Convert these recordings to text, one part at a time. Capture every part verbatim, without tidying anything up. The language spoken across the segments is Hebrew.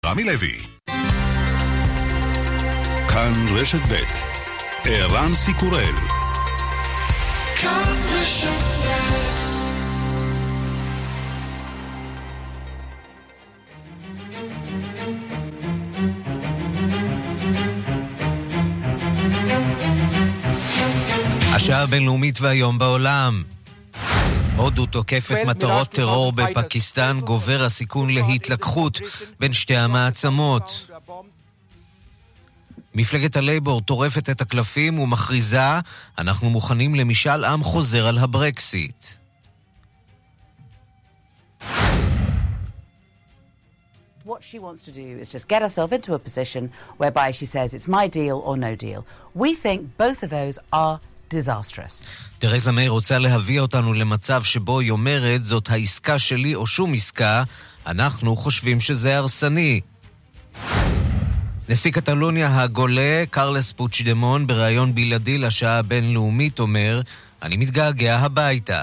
רמי לוי. כאן רשת ב' ערן סיקורל. כאן רשת ב'. השעה הבינלאומית והיום בעולם. הודו תוקפת מטרות טרור בפקיסטן, גובר הסיכון להתלקחות בין שתי המעצמות. מפלגת הלייבור טורפת את הקלפים ומכריזה, אנחנו מוכנים למשאל עם חוזר על הברקסיט. What she wants to do is just get herself into a position whereby she says it's my deal or no deal. We think both of those are disastrous. תרזה מיי רוצה להביא אותנו למצב שבו היא אומרת, זאת העסקה שלי או שום עסקה, אנחנו חושבים שזה הרסני. נשיא קטלוניה הגולה, קרלס פוצ'דמון, בראיון בלעדי לשעה הבינלאומית אומר, אני מתגעגע הביתה.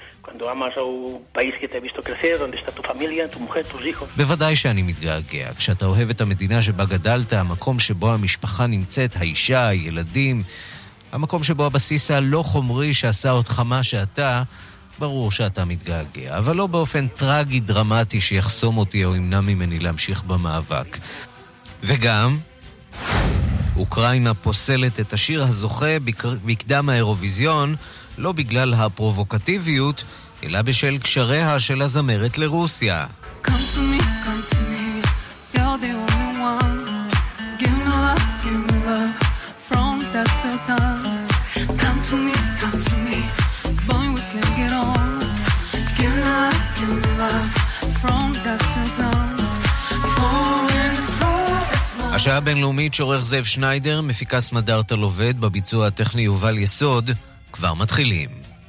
בוודאי שאני מתגעגע. כשאתה אוהב את המדינה שבה גדלת, המקום שבו המשפחה נמצאת, האישה, הילדים, המקום שבו הבסיס הלא חומרי שעשה אותך מה שאתה, ברור שאתה מתגעגע, אבל לא באופן טרגי דרמטי שיחסום אותי או ימנע ממני להמשיך במאבק. וגם אוקראינה פוסלת את השיר הזוכה בקדם האירוויזיון, לא בגלל הפרובוקטיביות, אלא בשל קשריה של הזמרת לרוסיה. Come to me, come to me, you're the only one. Give me love, give me love, from dusk till dawn. Come to me, come to me, boy we can get on. Give me love, give me love, from dusk till dawn. Falling, falling. השעה הבינלאומית שעורך זאב שניידר, מפיקה סמדארטה לובד, בביצוע הטכני יובל יסוד, כבר מתחילים.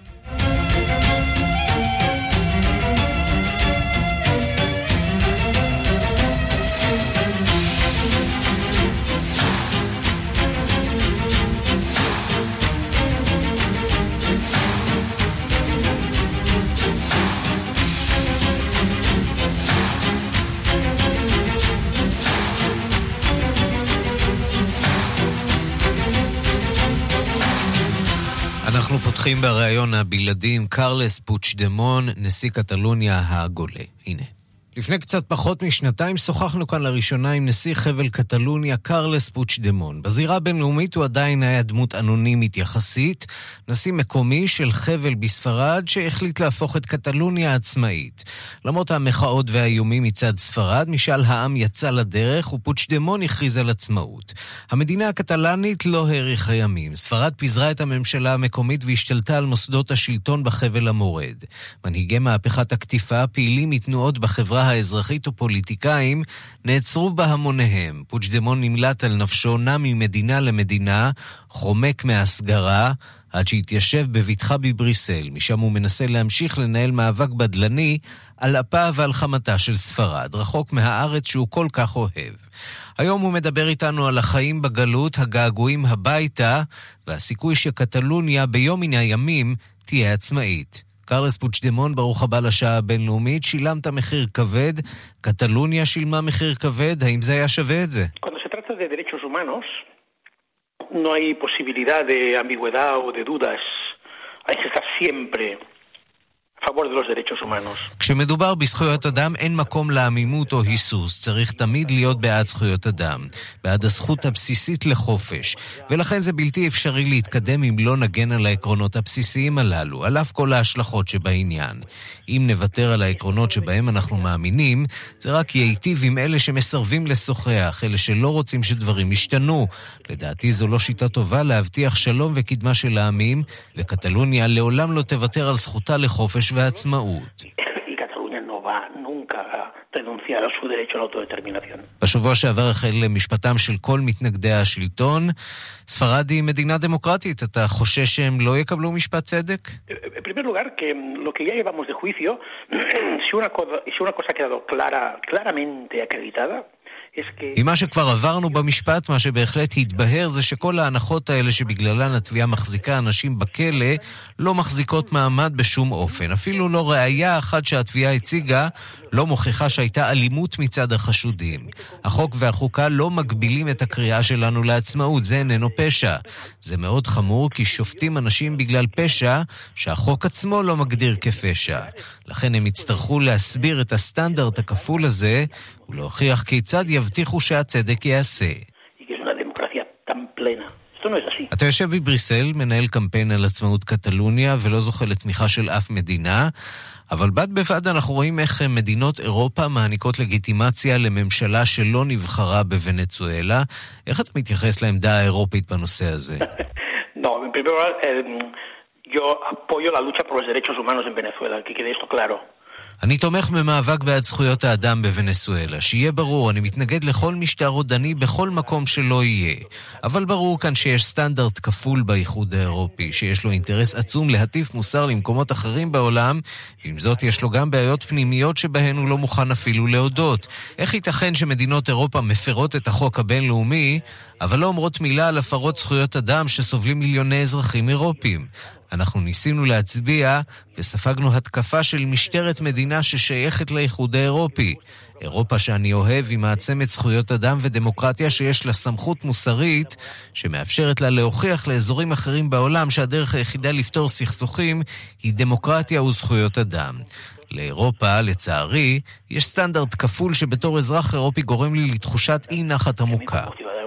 אנחנו פותחים בראיון הבלעדי עם קרלס פוצ'דמון, נשיא קטלוניה הגולה. הנה. לפני קצת פחות משנתיים שוחחנו כאן לראשונה עם נשיא חבל קטלוניה קרלס פוצ'דמון. בזירה הבינלאומית הוא עדיין היה דמות אנונימית יחסית, נשיא מקומי של חבל בספרד שהחליט להפוך את קטלוניה עצמאית. למרות המחאות והאיומים מצד ספרד, משאל העם יצא לדרך ופוצ'דמון הכריז על עצמאות. המדינה הקטלנית לא האריכה ימים. ספרד פיזרה את הממשלה המקומית והשתלטה על מוסדות השלטון בחבל המורד. מנהיגי מהפכת הקטיפה, פעילים מתנועות בחברה האזרחית ופוליטיקאים נעצרו בהמוניהם. פוצ'דמון נמלט על נפשו, נע ממדינה למדינה, חומק מהסגרה, עד שהתיישב בביטחה בבריסל. משם הוא מנסה להמשיך לנהל מאבק בדלני על אפה ועל חמתה של ספרד, רחוק מהארץ שהוא כל כך אוהב. היום הוא מדבר איתנו על החיים בגלות, הגעגועים הביתה, והסיכוי שקטלוניה ביום מן הימים תהיה עצמאית. קרלס פוצ'דמון, ברוך הבא לשעה הבינלאומית. שילמת מחיר כבד, קטלוניה שילמה מחיר כבד, האם זה היה שווה את זה? Cuando se trata de derechos humanos, no hay posibilidad de ambigüedad o de dudas. Hay que estar siempre a favor de los derechos humanos. כשמדובר בזכויות אדם אין מקום לעמימות או היסוס, צריך תמיד להיות בעד זכויות אדם, בעד הזכות הבסיסית לחופש, ולכן זה בלתי אפשרי להתקדם אם לא נגן על העקרונות הבסיסיים הללו, על אף כל ההשלכות שבעניין. אם נוותר על העקרונות שבהם אנחנו מאמינים, זה רק ייטיב עם אלה שמסרבים לשוחח, אלה שלא רוצים שדברים ישתנו. לדעתי זו לא שיטה טובה להבטיח שלום וקדמה של העמים, וקטלוניה לעולם לא תוותר על זכותה לחופש ועצמאות. בשבוע שעבר החל משפטם של כל מתנגדי השלטון. ספרד היא מדינה דמוקרטית, אתה חושש שהם לא יקבלו משפט צדק? En primer lugar, que lo que ya llevamos de juicio, si una cosa, si una cosa ha quedado clara, claramente acreditada, עם מה שכבר עברנו במשפט, מה שבהחלט התבהר זה שכל ההנחות האלה שבגללן התביעה מחזיקה אנשים בכלא לא מחזיקות מעמד בשום אופן. אפילו לא ראיה אחת שהתביעה הציגה לא מוכיחה שהייתה אלימות מצד החשודים. החוק והחוקה לא מגבילים את הקריאה שלנו לעצמאות, זה איננו פשע. זה מאוד חמור כי שופטים אנשים בגלל פשע שהחוק עצמו לא מגדיר כפשע. לכן הם יצטרכו להסביר את הסטנדרט הכפול הזה ולהוכיח כיצד יבטיחו שהצדק יעשה. אתה יושב בבריסל, מנהל קמפיין על עצמאות קטלוניה ולא זוכה לתמיכה של אף מדינה, אבל בד בבד אנחנו רואים איך מדינות אירופה מעניקות לגיטימציה לממשלה שלא נבחרה בוונצואלה. איך אתה מתייחס לעמדה האירופית בנושא הזה? No, en primer lugar, eh, yo apoyo la lucha por los derechos humanos en Venezuela, que quede esto claro. אני תומך במאבק בעד זכויות האדם בוונצואלה. שיהיה ברור, אני מתנגד לכל משטר רודני בכל מקום שלא יהיה. אבל ברור כאן שיש סטנדרט כפול באיחוד האירופי, שיש לו אינטרס עצום להטיף מוסר למקומות אחרים בעולם, ועם זאת יש לו גם בעיות פנימיות שבהן הוא לא מוכן אפילו להודות. איך ייתכן שמדינות אירופה מפרות את החוק הבינלאומי, אבל לא אומרות מילה על הפרות זכויות אדם שסובלים מיליוני אזרחים אירופיים? אנחנו ניסינו להצביע וספגנו התקפה של משטרת מדינה ששייכת לאיחוד האירופי. אירופה שאני אוהב היא מעצמת זכויות אדם ודמוקרטיה שיש לה סמכות מוסרית שמאפשרת לה להוכיח לאזורים אחרים בעולם שהדרך היחידה לפתור סכסוכים היא דמוקרטיה וזכויות אדם. לאירופה, לצערי, יש סטנדרט כפול שבתור אזרח אירופי גורם לי לתחושת אי נחת עמוקה.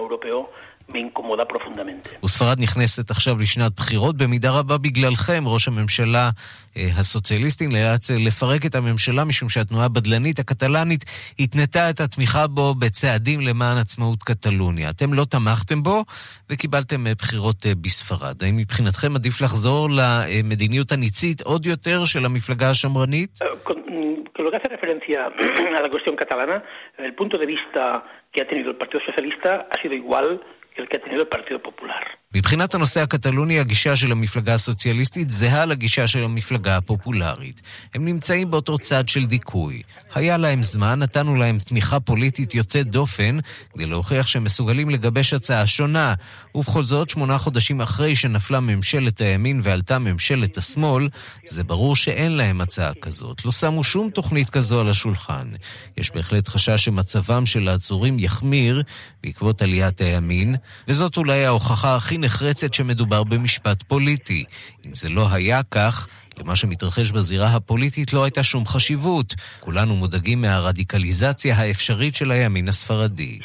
וספרד נכנסת עכשיו לשנת בחירות במידה רבה בגללכם. ראש הממשלה הסוציאליסטי נאלץ לפרק את הממשלה משום שהתנועה הבדלנית הקטלנית התנתה את התמיכה בו בצעדים למען עצמאות קטלוניה. אתם לא תמכתם בו וקיבלתם בחירות בספרד. האם מבחינתכם עדיף לחזור למדיניות הניצית עוד יותר של המפלגה השמרנית? Con lo que hace referencia a la cuestión catalana, el punto de vista que ha tenido el Partido Socialista ha sido igual que el que ha tenido el Partido Popular. מבחינת הנושא הקטלוני, הגישה של המפלגה הסוציאליסטית זהה לגישה של המפלגה הפופולרית. הם נמצאים באותו צד של דיכוי. היה להם זמן, נתנו להם תמיכה פוליטית יוצאת דופן, כדי להוכיח שהם מסוגלים לגבש הצעה שונה. ובכל זאת, שמונה חודשים אחרי שנפלה ממשלת הימין ועלתה ממשלת השמאל, זה ברור שאין להם הצעה כזאת. לא שמו שום תוכנית כזו על השולחן. יש בהחלט חשש שמצבם של העצורים יחמיר בעקבות עליית הימין, וזאת אולי ההוכחה הכי נחרצת שמדובר במשפט פוליטי. אם זה לא היה כך, למה שמתרחש בזירה הפוליטית לא הייתה שום חשיבות. כולנו מודאגים מהרדיקליזציה האפשרית של הימין הספרדי.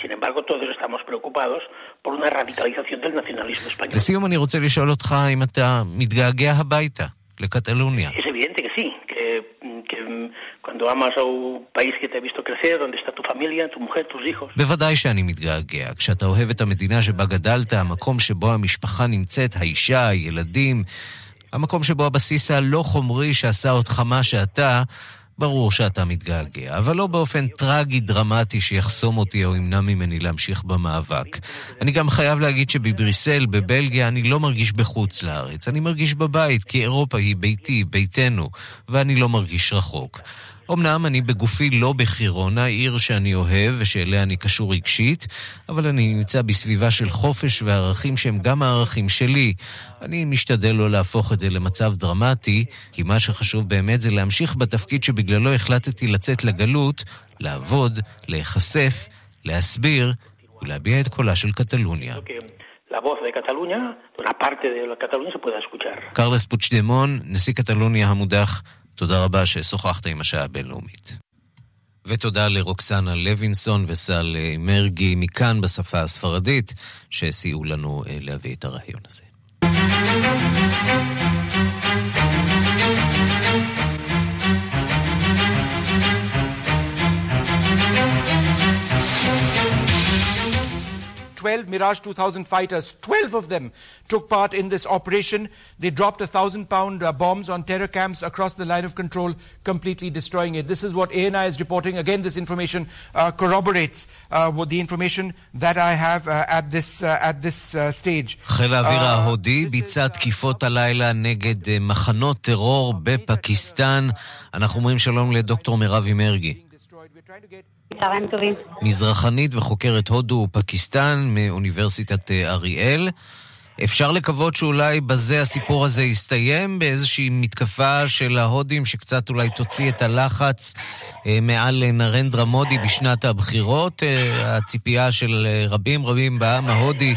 לסיום אני רוצה לשאול אותך אם אתה מתגעגע הביתה, לקטלוניה. בוודאי שאני מתגעגע. כשאתה אוהב את המדינה שבה גדלת, המקום שבו המשפחה נמצאת, האישה, הילדים, המקום שבו הבסיס הלא חומרי שעשה אותך מה שאתה, ברור שאתה מתגעגע, אבל לא באופן טרגי דרמטי שיחסום אותי או ימנע ממני להמשיך במאבק. אני גם חייב להגיד שבבריסל, בבלגיה, אני לא מרגיש בחוץ לארץ. אני מרגיש בבית, כי אירופה היא ביתי, ביתנו, ואני לא מרגיש רחוק. אמנם אני בגופי לא בחירונה, עיר שאני אוהב ושאליה אני קשור רגשית, אבל אני נמצא בסביבה של חופש וערכים שהם גם הערכים שלי. אני משתדל לא להפוך את זה למצב דרמטי, כי מה שחשוב באמת זה להמשיך בתפקיד שבגללו החלטתי לצאת לגלות, לעבוד, להיחשף, להסביר ולהביע את קולה של קטלוניה. La voz de Cataluña, una parte de la Cataluña se pueda escuchar. קרלס פוצ'דמון, נשיא קטלוניה המודח, תודה רבה ששוחחת עם השעה הבינלאומית. ותודה לרוקסנה לוינסון וסל מרגי מכאן בשפה הספרדית, שסייעו לנו להביא את הרעיון הזה. twelve Mirage two thousand fighters, twelve of them took part in this operation. They dropped a thousand pound uh, bombs on terror camps across the line of control, completely destroying it. This is what A N I is reporting. Again, this information uh, corroborates uh, what the information that I have uh, at this uh, at this uh, stage. חיל האוויר ההודי ביצע תקיפות הלילה נגד מחנות טרור בפקיסטן. אנחנו אומרים שלום לדוקטור מירבי מרגי. צהריים טובים. מזרחנית וחוקרת הודו ופקיסטן מאוניברסיטת אריאל. אפשר לקוות שאולי בזה הסיפור הזה יסתיים, באיזושהי מתקפה של ההודים שקצת אולי תוציא את הלחץ אה, מעל נרנדרה מודי בשנת הבחירות. אה, הציפייה של רבים רבים בעם ההודי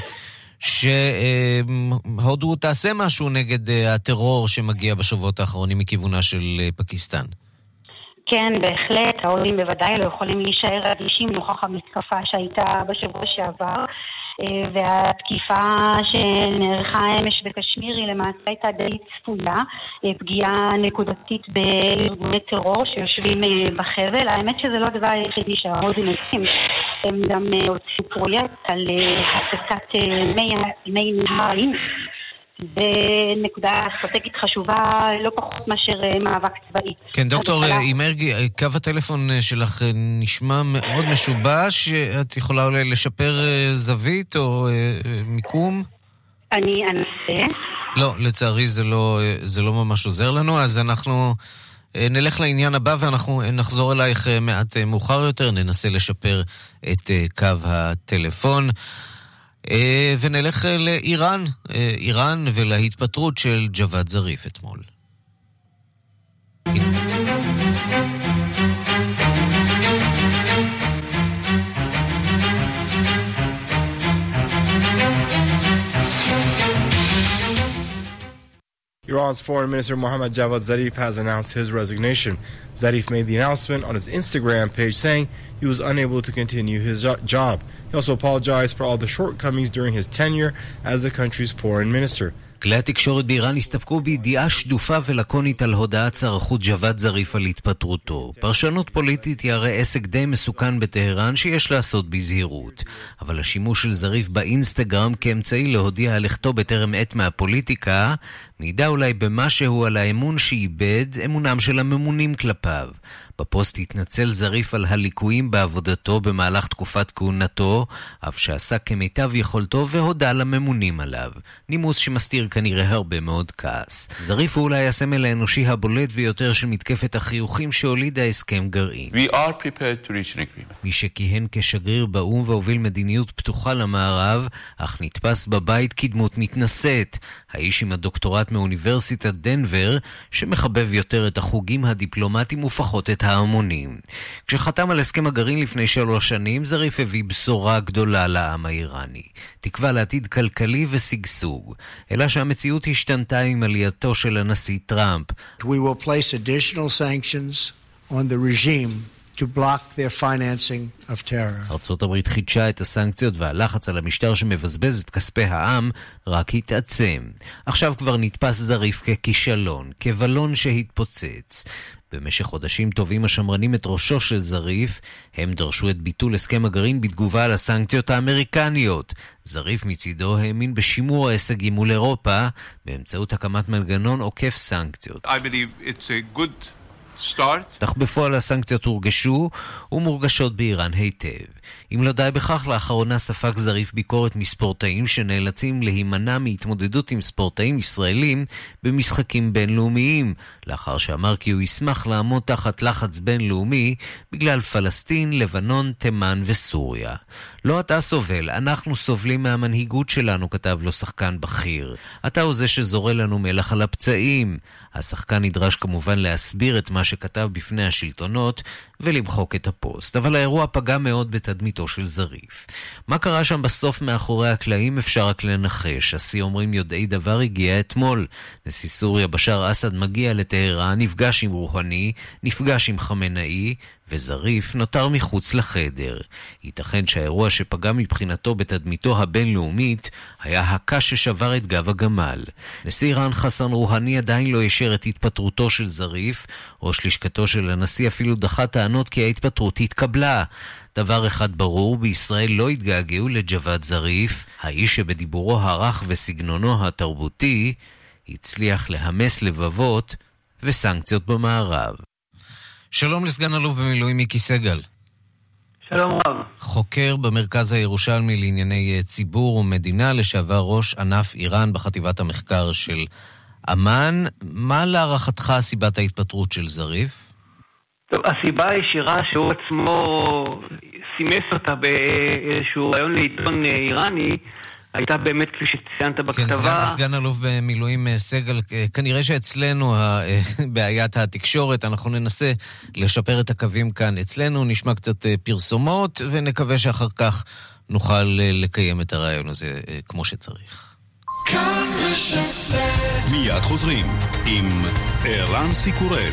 שהודו אה, תעשה משהו נגד אה, הטרור שמגיע בשבועות האחרונים מכיוונה של אה, פקיסטן. כן, בהחלט, ההודים בוודאי לא יכולים להישאר אדישים נוכח המתקפה שהייתה בשבוע שעבר, והתקיפה שנערכה אמש בקשמיר היא למעשה הייתה די צפויה, פגיעה נקודתית בארגוני טרור שיושבים בחבל. האמת שזה לא הדבר היחידי שההודים עושים, הם גם הוציאו פרויקט על הפסקת מי נהר האינדוס. זה נקודה אסטרטגית חשובה לא פחות מאשר מאבק צבאי. כן, דוקטור אימרגי, קו הטלפון שלך נשמע מאוד משובש. את יכולה אולי לשפר זווית או מיקום? אני אנסה. לא, לצערי זה לא, זה לא ממש עוזר לנו, אז אנחנו נלך לעניין הבא ואנחנו נחזור אלייך מעט מאוחר יותר, ננסה לשפר את קו הטלפון. ונלך לאיראן, איראן ולהתפטרות של ג'וואד זריף אתמול. Iran's Foreign Minister Mohammad Javad Zarif has announced his resignation. Zarif made the announcement on his Instagram page saying he was unable to continue his job. He also apologized for all the shortcomings during his tenure as the country's foreign minister. כלי התקשורת באיראן הסתפקו בידיעה שדופה ולקונית על הודעת שר החוץ ג'וואד זריף על התפטרותו. פרשנות פוליטית היא הרי עסק די מסוכן בטהרן שיש לעשות בזהירות. אבל השימוש של זריף באינסטגרם כאמצעי להודיע על לכתו בטרם עת מהפוליטיקה, מידע אולי במשהו על האמון שאיבד אמונם של הממונים כלפיו. בפוסט התנצל זריף על הליקויים בעבודתו במהלך תקופת כהונתו, אף שעשה כמיטב יכולתו והודע לממונים עליו. נימוס שמסתיר כנראה הרבה מאוד כעס. זריף הוא אולי הסמל האנושי הבולט ביותר של מתקפת החיוכים שהולידה הסכם גרעין. We are prepared to reach an agreement. מי שכיהן כשגריר באום והוביל מדיניות פתוחה למערב, אך נתפס בבית כדמות מתנשאת. האיש עם הדוקטורט מאוניברסיטת דנבר, שמחבב יותר את החוגים הדיפלומטיים ופחות את ההמונים. כשחתם על הסכם הגרעין לפני שלוש שנים, זריף הביא בשורה גדולה לעם האיראני. תקווה לעתיד כלכלי וסגסוג. אלא שהמציאות השתנתה עם עלייתו של הנשיא טראמפ. We will place additional sanctions on the regime to block their financing of terror. ארצות הברית חידשה את הסנקציות והלחץ על המשטר שמבזבז את כספי העם רק התעצם. עכשיו כבר נתפס זריף ככישלון, כבלון שהתפוצץ. במשך חודשים טובים השמרנים את ראשו של זריף, הם דרשו את ביטול הסכם הגרעין בתגובה על הסנקציות האמריקניות. זריף מצידו האמין בשימור ההישגים מול אירופה, באמצעות הקמת מנגנון עוקף סנקציות. I believe it's a good start. אך בפועל הסנקציות הורגשו ומורגשות באיראן היטב. אם לא די בכך, לאחרונה ספג זריף ביקורת מספורטאים שנאלצים להימנע מהתמודדות עם ספורטאים ישראלים במשחקים בינלאומיים, לאחר שאמר כי הוא ישמח לעמוד תחת לחץ בינלאומי בגלל פלסטין, לבנון, תימן וסוריה. לא אתה סובל, אנחנו סובלים מהמנהיגות שלנו, כתב לו שחקן בכיר. אתה הוא זה שזורה לנו מלח על הפצעים. השחקן נדרש כמובן להסביר את מה שכתב בפני השלטונות ולמחוק את הפוסט, אבל האירוע פגע מאוד בתדמיתו של זריף. מה קרה שם בסוף מאחורי הקלעים אפשר רק לנחש. השיא אומרים יודעי דבר הגיע אתמול. נשיא סוריה בשאר אסד מגיע לטהרן, נפגש עם רוהני, נפגש עם חמנאי, וזריף נותר מחוץ לחדר. ייתכן שהאירוע שפגע מבחינתו בתדמיתו הבינלאומית היה הקש ששבר את גב הגמל. נשיא איראן חסן רוהני עדיין לא אישר את התפטרותו של זריף, ראש לשכתו של הנשיא אפילו דחה טענות כי ההתפטרות התקבלה. דבר אחד ברור, בישראל לא התגעגעו לג'וואד זריף, האיש שבדיבורו הרך וסגנונו התרבותי הצליח להמס לבבות וסנקציות במערב. שלום לסגן אלוף במילואים מיקי סגל. שלום רב. חוקר במרכז הירושלמי לענייני ציבור ומדינה, לשעבר ראש ענף איראן בחטיבת המחקר של אמן. מה להערכתך סיבת ההתפטרות של זריף? טוב, הסיבה הישירה שהוא עצמו סימס אותה באיזשהו רעיון לעיתון איראני, הייתה באמת, כפי שציינת בכתבה... כן, סגן, סגן אלוף במילואים סגל, כנראה שאצלנו בעיית התקשורת, אנחנו ננסה לשפר את הקווים כאן אצלנו, נשמע קצת פרסומות, ונקווה שאחר כך נוכל לקיים את הרעיון הזה כמו שצריך. מיד חוזרים עם ערן סיקורל.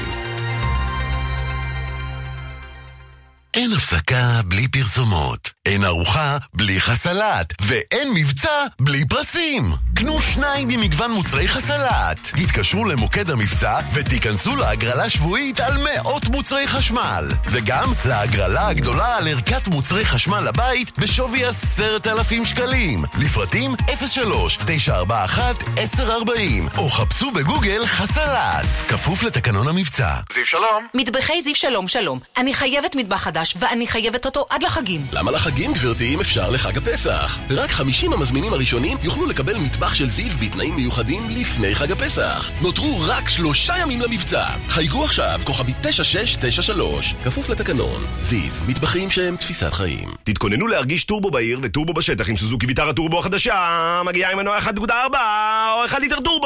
אין הפסקה בלי פרסומות, אין ארוחה בלי חסלת, ואין מבצע בלי פרסים. קנו שניים ממגוון מוצרי חסלת. התקשרו למוקד המבצע ותיכנסו להגרלה שבועית על מאות מוצרי חשמל. וגם להגרלה הגדולה על ערכת מוצרי חשמל לבית בשווי עשרת אלפים שקלים. לפרטים אפס שלוש תשע ארבע אחת עשר ארבעים או חפשו בגוגל חסלת. כפוף לתקנון המבצע. זיו שלום. מטבחי זיו שלום שלום. אני חייבת מטבח חדש ואני חייבת אותו עד לחגים. למה לחגים, גברתי, אם אפשר לחג הפסח? רק חמישים המזמינים הראשונים יוכלו לקבל מטבח של זיו בתנאים מיוחדים לפני חג הפסח. נותרו רק שלושה ימים למבצע. חייגו עכשיו, כוכבי תשע שש תשע שלוש. כפוף לתקנון. זיו, מטבחים שהם תפיסת חיים. תתכוננו להרגיש טורבו בעיר וטורבו בשטח עם סוזוקי ויטרה טורבו החדשה. מגיעה עם מנוע אחת נקודה ארבע או אחד ליטר טורבו.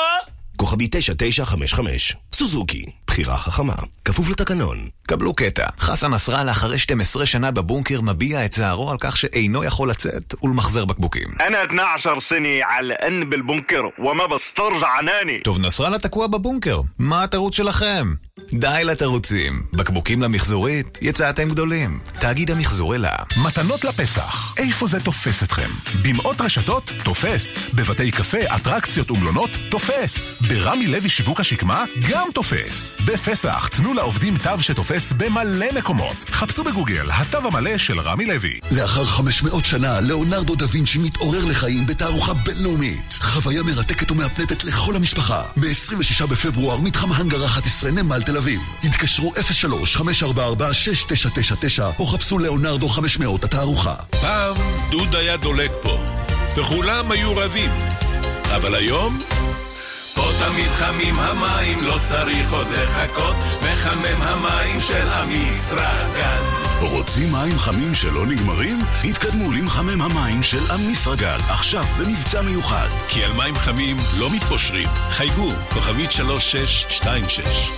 כוכבי תשע תשע חמש חמש. סוזוקי, בחירה חכמה. כפוף לתקנון. קבלו קטע. חסן נסראללה אחרי שתים עשרה שנה בבונקר מביע את צערו על כך שאינו יכול לצאת ולמחזר בקבוקים. אני اثنا عشر سنة على أن بالبنكر وما بسترجع عناني. טוב, נסראללה תקוע בבונקר. מה התירוץ שלכם? די לתירוצים. בקבוקים למחזורית, יצאתם גדולים. תאגיד המחזור אלה. מתנות לפסח. איפה זה תופס אתכם? במאות רשתות? תופס. בבתי קפה, אטרקציות ומלונות? תופס. ברמי לוי שיווק השקמה? גם תופס. בפסח, תנו לעובדים תו שתופס במלא מקומות. חפשו בגוגל, התו המלא של רמי לוי. לאחר חמש מאות שנה, ליאונרדו דה וינצ'י מתעורר לחיים בתערוכה בינלאומית. חוויה מרתקת ומאפנטת לכל המשפחה. ב-עשרים ושש בפברואר, מתחם הנגר אחת עשרה נמל תל אביב. התקשרו אפס שלוש חמש ארבע ארבע שש תשע תשע תשע או חפשו ליאונרדו חמש מאות התערוכה. פעם דוד היה דולק פה, וכולם היו רבים. אבל היום... פה תמיד חמים המים, לא צריך עוד לחכות, מחמם המים של אמיסרגז. רוצים מים חמים שלא נגמרים? התקדמו למחמם המים של אמיסרגז, עכשיו במבצע מיוחד. כי על מים חמים לא מתפושרים. חייגו, כוכבית שלוש שש שתיים שש.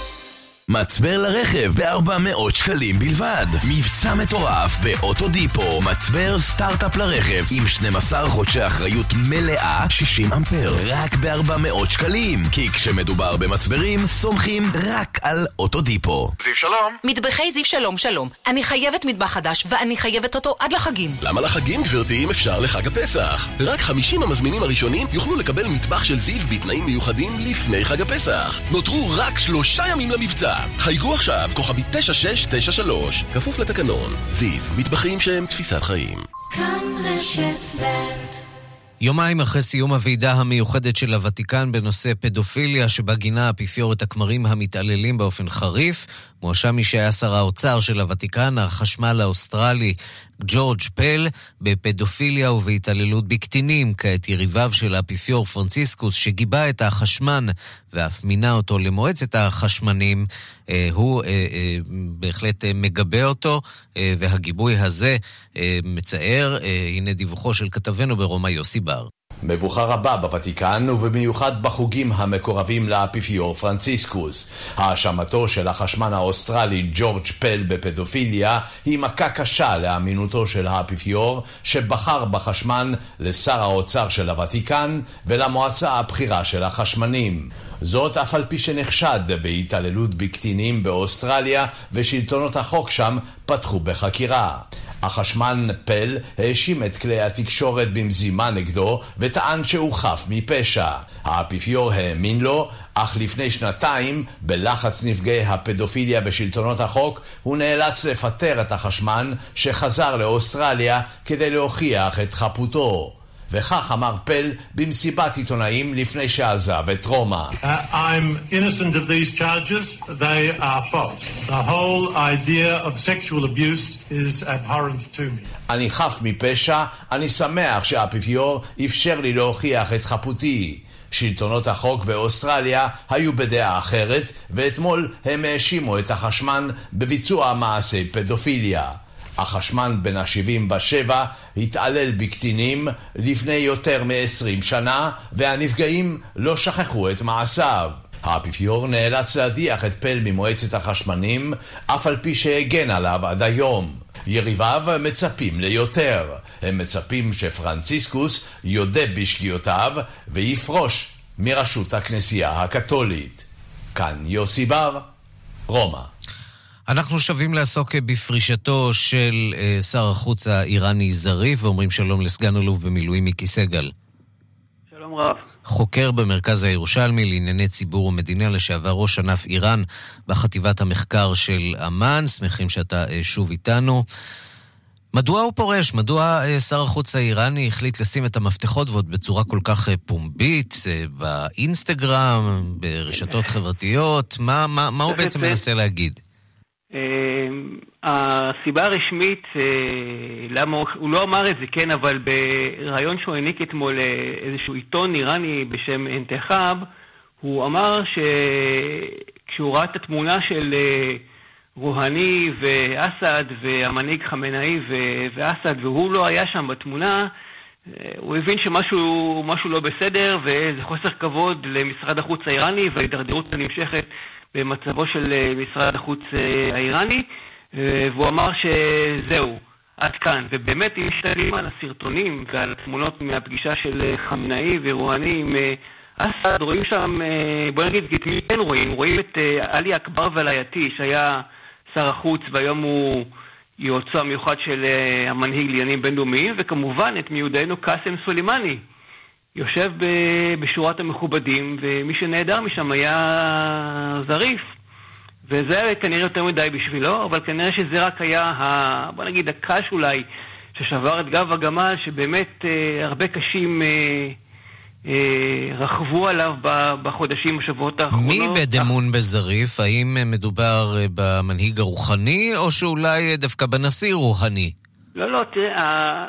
מצבר לרכב ב-ארבע מאות שקלים בלבד. מבצע מטורף באוטודיפו. מצבר סטארט-אפ לרכב עם שנים עשר חודשי אחריות מלאה, שישים אמפר. רק ב-ארבע מאות שקלים. כי כשמדובר במצברים, סומכים רק על אוטודיפו. זיו שלום. מטבחי זיו שלום שלום. אני חייבת מטבח חדש ואני חייבת אותו עד לחגים. למה לחגים, גברתי, אם אפשר לחג הפסח? רק חמישים המזמינים הראשונים יוכלו לקבל מטבח של זיו בתנאים מיוחדים לפני חג הפסח. נותרו רק שלושה ימים למבצע. חייגו עכשיו, כוכבי תשע שש תשע שלוש. כפוף לתקנון. זיו, מטבחים שהם תפיסת חיים. כאן רשת ב'. יומיים אחרי סיום הוועידה המיוחדת של הוותיקן בנושא פדופיליה שבה גינה האפיפיור את הכמרים המתעללים באופן חריף, מואשם מי שהיה שר האוצר של הוותיקן, החשמל האוסטרלי ג'ורג' פל, בפדופיליה ובהתעללות בקטינים. כעת יריביו של האפיפיור פרנציסקוס שגיבה את החשמן ואף מינה אותו למועצת החשמנים, אה, הוא אה, אה, בהחלט אה, מגבה אותו, אה, והגיבוי הזה אה, מצער. אה, הנה דיווחו של כתבנו ברומא יוסי בר. מבוכה רבה בוותיקן ובמיוחד בחוגים המקורבים לאפיפיור פרנציסקוס. האשמתו של החשמן האוסטרלי ג'ורג' פל בפדופיליה היא מכה קשה לאמינותו של האפיפיור שבחר בחשמן לשר האוצר של הוותיקן ולמועצה הבכירה של החשמנים. זאת אף על פי שנחשד בהתעללות בקטינים באוסטרליה ושלטונות החוק שם פתחו בחקירה. החשמן פל האשים את כלי התקשורת במזימה נגדו וטען שהוא חף מפשע. האפיפיור האמין לו, אך לפני שנתיים, בלחץ נפגעי הפדופיליה ושלטונות החוק, הוא נאלץ לפטר את החשמן שחזר לאוסטרליה כדי להוכיח את חפותו. וכך אמר פל במסיבת עיתונאים לפני שעזב את רומא. Uh, I'm innocent of these charges. They are false. The whole idea of sexual abuse is abhorrent to me. אני חף מפשע, אני שמח שהאפיפיור אפשר לי להוכיח את חפותי. שלטונות החוק באוסטרליה היו בדעה אחרת, ואתמול הם האשימו את החשמן בביצוע מעשי פדופיליה. החשמן בן ה-שבעים ושבע התעלל בקטינים לפני יותר מ-עשרים שנה, והנפגעים לא שכחו את מעשיו. האפיפיור נאלץ להדיח את פל ממועצת החשמנים, אף על פי שהגן עליו עד היום. יריביו מצפים ליותר. הם מצפים שפרנציסקוס יודה בשגיאותיו ויפרוש מראשות הכנסייה הקתולית. כאן יוסי בר, רומא. אנחנו שווים לעסוק בפרישתו של שר החוץ האיראני זריף, ואומרים שלום לסגן אלוף במילואים מיקי סגל. שלום רב. חוקר במרכז הירושלמי לענייני ציבור ומדינה, לשעבר ראש ענף איראן בחטיבת המחקר של אמן. שמחים שאתה שוב איתנו. מדוע הוא פורש? מדוע שר החוץ האיראני החליט לשים את המפתחות ועוד בצורה כל כך פומבית, באינסטגרם, ברשתות חברתיות? מה, מה, מה הוא בעצם מנסה להגיד? הסיבה הרשמית, למה הוא לא אמר את זה, כן, אבל ברעיון שהוא העניק אתמול איזשהו עיתון איראני בשם אנתחאב, הוא אמר שכשהוא ראה את התמונה של רוהני ואסד והמנהיג חמינאי ואסד, והוא לא היה שם בתמונה, הוא הבין שמשהו משהו לא בסדר, וזה חוסר כבוד למשרד החוץ האיראני וההידרדרות הנמשכת במצבו של משרד החוץ האיראני, והוא אמר שזהו, עד כאן. ובאמת, אם מסתכלים על הסרטונים ועל התמונות מהפגישה של חמינאי ורוהני עם אסד, רואים שם, בוא נגיד, את מי כן רואים? רואים את עלי אכבר ולייתי, שהיה שר החוץ, והיום הוא יועצו המיוחד של המנהיג לעניינים בינלאומיים, וכמובן את מיודענו קאסם סולימני, יושב בשורת המכובדים, ומי שנהדר משם היה זריף. וזה כנראה יותר מדי בשבילו, אבל כנראה שזה רק היה, ה, בוא נגיד, הקש אולי, ששבר את גב הגמל, שבאמת אה, הרבה קשים אה, אה, רכבו עליו בחודשים, בשבועות האחרונות. מי איבד אמון בזריף? האם מדובר במנהיג הרוחני, או שאולי דווקא בנשיא רוחני? לא, לא, תראה,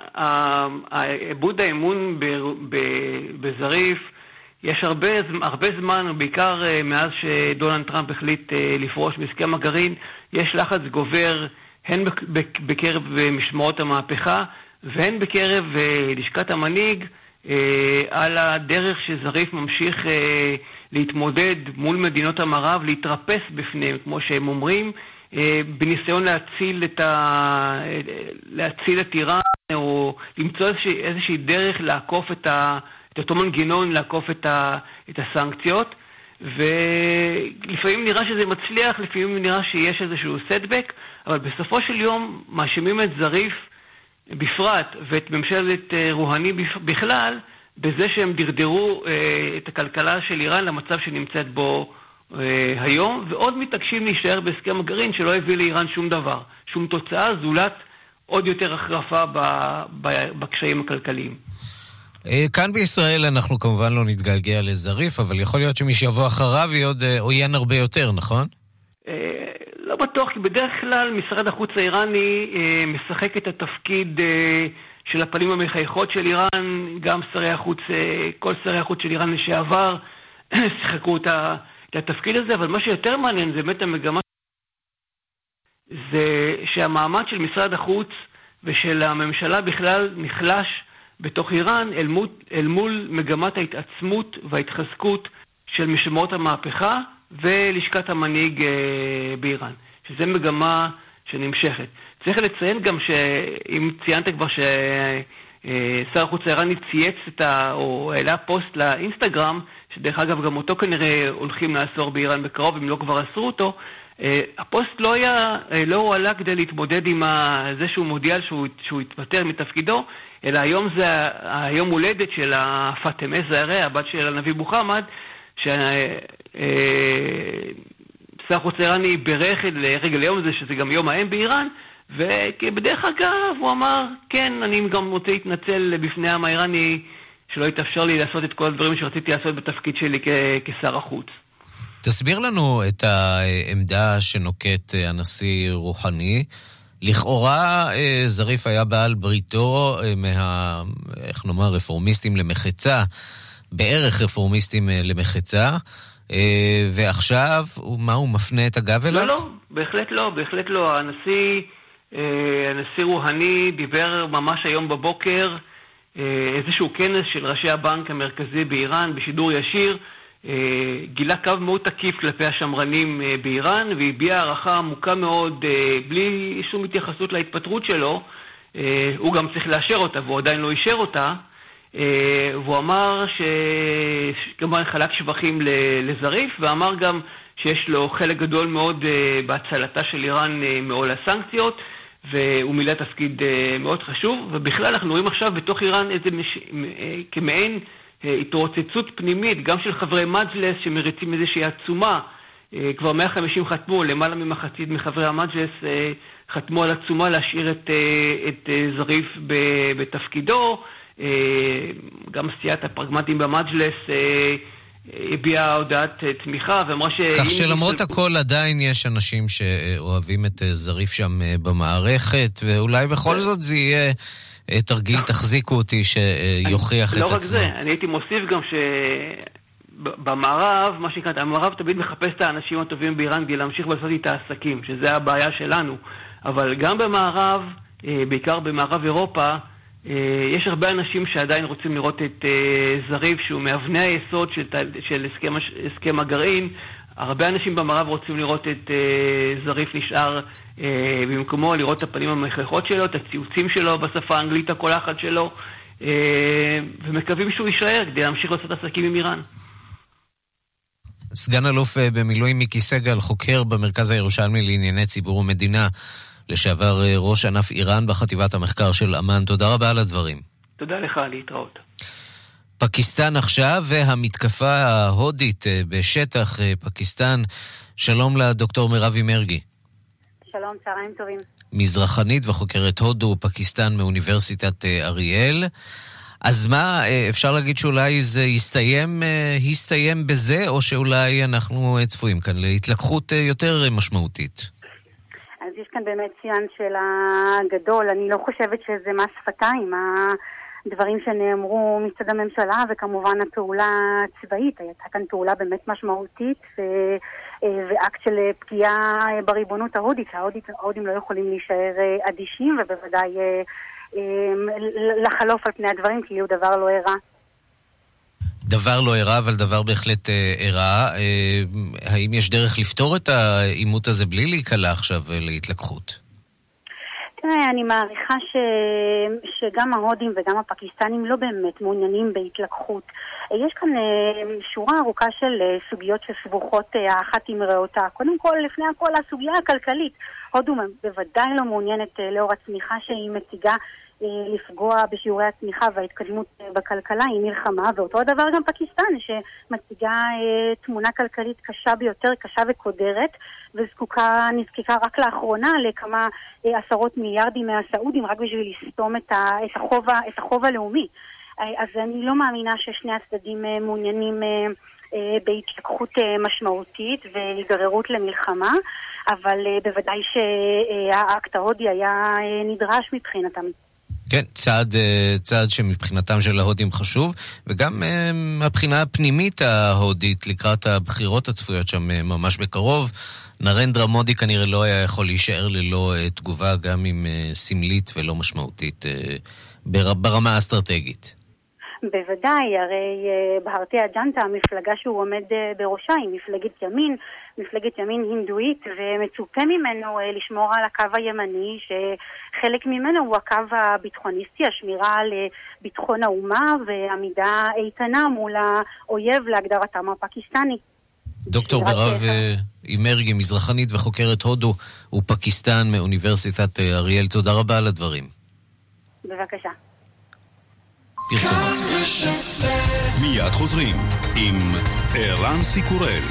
איבוד האמון בזריף, יש הרבה, הרבה זמן, בעיקר מאז שדונלד טראמפ החליט לפרוש מהסכם הגרעין, יש לחץ גובר הן בקרב משמעות המהפכה והן בקרב לשכת המנהיג על הדרך שזריף ממשיך להתמודד מול מדינות המערב, להתרפס בפניהם, כמו שהם אומרים, בניסיון להציל את, ה... להציל את איראן, או למצוא איזושהי, איזושהי דרך לעקוף את, ה... את אותו מנגנון, לעקוף את, ה... את הסנקציות, ולפעמים נראה שזה מצליח, לפעמים נראה שיש איזשהו סטבק, אבל בסופו של יום מאשימים את זריף בפרט, ואת ממשלת רוהני בכלל, בזה שהם דרדרו את הכלכלה של איראן למצב שנמצאת בו היום, ועוד מתעקשים להישאר בהסכם הגרעין שלא הביא לאיראן שום דבר, שום תוצאה, זולת עוד יותר החרפה בקשיים הכלכליים. כאן בישראל אנחנו כמובן לא נתגעגע לזריף, אבל יכול להיות שמי שיבוא אחריו יהיה עוד עוין הרבה יותר, נכון? לא בטוח, כי בדרך כלל משרד החוץ האיראני משחק את התפקיד של הפנים המחייכות של איראן, גם שרי החוץ, כל שרי החוץ של איראן לשעבר שיחקו את ה... לתפקיד הזה, אבל מה שיותר מעניין זה באמת המגמה, זה שהמעמד של משרד החוץ ושל הממשלה בכלל נחלש בתוך איראן אל מול, אל מול מגמת ההתעצמות וההתחזקות של משמעות המהפכה ולשכת המנהיג באיראן, שזה מגמה שנמשכת. צריך לציין גם שאם ציינת כבר ששר החוץ האיראני צייץ את ה... או העלה פוסט לאינסטגרם, שדרך אגב גם אותו כנראה הולכים לאסור באיראן בקרוב, אם לא כבר אסרו אותו, הפוסט לא היה, לא הועלה כדי להתמודד עם זה שהוא מודיע שהוא, שהוא התפטר מתפקידו, אלא היום זה היום הולדת של הפאטמה זהרה, הבת של הנביא מוחמד, ששר החוץ האיראני ברך לרגל היום הזה, שזה גם יום האם באיראן, ובדרך אגב הוא אמר, כן, אני גם רוצה להתנצל בפני העם האיראני, שלא יתאפשר לי לעשות את כל הדברים שרציתי לעשות בתפקיד שלי כ- כשר החוץ. תסביר לנו את העמדה שנוקט הנשיא רוחני. לכאורה זריף היה בעל בריתו מה, איך נאמר, רפורמיסטים למחצה, בערך רפורמיסטים למחצה, ועכשיו, מה הוא מפנה את הגב אליו? לא, לא, בהחלט לא, בהחלט לא. הנשיא, הנשיא רוהני דיבר ממש היום בבוקר, איזשהו כנס של ראשי הבנק המרכזי באיראן בשידור ישיר, גילה קו מאוד תקיף כלפי השמרנים באיראן, והביע הערכה עמוקה מאוד בלי שום התייחסות להתפטרות שלו. הוא גם צריך לאשר אותה, והוא עדיין לא אישר אותה, והוא אמר שכמובן חלק שבחים לזריף, ואמר גם שיש לו חלק גדול מאוד בהצלתה של איראן מעול הסנקציות, והוא מילא תפקיד מאוד חשוב. ובכלל אנחנו רואים עכשיו בתוך איראן איזה מש... כמעין התרוצצות פנימית, גם של חברי מג'לס שמריצים איזושהי עצומה. כבר מאה וחמישים חתמו, למעלה ממחצית מחברי המג'לס חתמו על עצומה להשאיר את, את זריף בתפקידו. גם סיעת הפרגמטים במג'לס הביעה הודעת תמיכה ואמרה ש... כך שלמרות הכל עדיין יש אנשים שאוהבים את זריף שם במערכת, ואולי בכל זאת זה יהיה תרגיל תחזיקו אותי שיוכיח את עצמו. לא רק זה, אני הייתי מוסיף גם שבמערב, מה שנקרא, המערב תמיד מחפש את האנשים הטובים באיראן כדי להמשיך ולעשות את העסקים, שזה הבעיה שלנו. אבל גם במערב, בעיקר במערב אירופה, יש הרבה אנשים שעדיין רוצים לראות את זריף, שהוא מאבני היסוד של, של הסכם, הסכם הגרעין. הרבה אנשים במערב רוצים לראות את זריף נשאר במקומו, לראות את הפנים המחלכות שלו, את הציוצים שלו בשפה האנגלית הקולחת שלו, ומקווים שהוא יישאר כדי להמשיך לעשות עסקים עם איראן. סגן אלוף במילואים מיקי סגל, חוקר במרכז הירושלמי לענייני ציבור ומדינה, לשעבר ראש ענף איראן בחטיבת המחקר של אמן. תודה רבה על הדברים. תודה לך, להתראות. פקיסטן עכשיו והמתקפה ההודית בשטח פקיסטן. שלום לדוקטור מירבי מרגי. שלום, צהריים טובים. מזרחנית וחוקרת הודו פקיסטן מאוניברסיטת אריאל. אז מה, אפשר להגיד שאולי זה יסתיים, יסתיים בזה, או שאולי אנחנו צפויים כאן להתלקחות יותר משמעותית? אז יש כאן באמת ציין שאלה גדול. אני לא חושבת שזה מס שפתיים, הדברים שנאמרו מצד הממשלה, וכמובן הפעולה הצבאית. הייתה כאן פעולה באמת משמעותית, ו... ואקט של פגיעה בריבונות ההודית. ההודים לא יכולים להישאר אדישים, ובוודאי לחלוף על פני הדברים, כי הוא דבר לא הרע. דבר לא הרע, אבל דבר בהחלט הרע. האם יש דרך לפתור את העימות הזה בלי להיקלה עכשיו להתלקחות? תראה, אני מעריכה ש... שגם ההודים וגם הפקיסטנים לא באמת מעוניינים בהתלקחות. יש כאן שורה ארוכה של סוגיות שסבוכות האחת עם רעותה. קודם כל, לפני הכל, הסוגיה הכלכלית. הודו בוודאי לא מעוניינת לאור הצמיחה שהיא מציגה לפגוע בשיעורי הצמיחה וההתקדמות בכלכלה, היא מלחמה, ואותו הדבר גם פקיסטן, שמציגה תמונה כלכלית קשה ביותר, קשה וקודרת, וזקוקה, נזקיקה רק לאחרונה לכמה עשרות מיליארדים מהסעודים, רק בשביל לסתום את החוב, את החוב הלאומי. אז אני לא מאמינה ששני הצדדים מעוניינים בהתלקחות משמעותית והיגררות למלחמה, אבל בוודאי שהאקט ההודי היה נדרש מבחינתם. כן, צעד, צעד שמבחינתם של ההודים חשוב, וגם מהבחינה הפנימית ההודית לקראת הבחירות הצפויות שם ממש בקרוב. נרנדרה מודי כנראה לא היה יכול להישאר ללא תגובה, גם עם סמלית ולא משמעותית ברמה האסטרטגית. בוודאי, הרי בהרתי הג'נטה, המפלגה שהוא עומד בראשה, היא מפלגת ימין, מפלגת ימין הינדואית, ומצופה ממנו לשמור על הקו הימני, שחלק ממנו הוא הקו הביטחוניסטי, השמירה על ביטחון האומה ועמידה איתנה מול האויב להגדרתם הפקיסטני. דוקטור מירב מרגי, מזרחנית וחוקרת הודו ופקיסטן מאוניברסיטת אריאל, תודה רבה על הדברים. בבקשה. מיד חוזרים עם ערן סיקורל.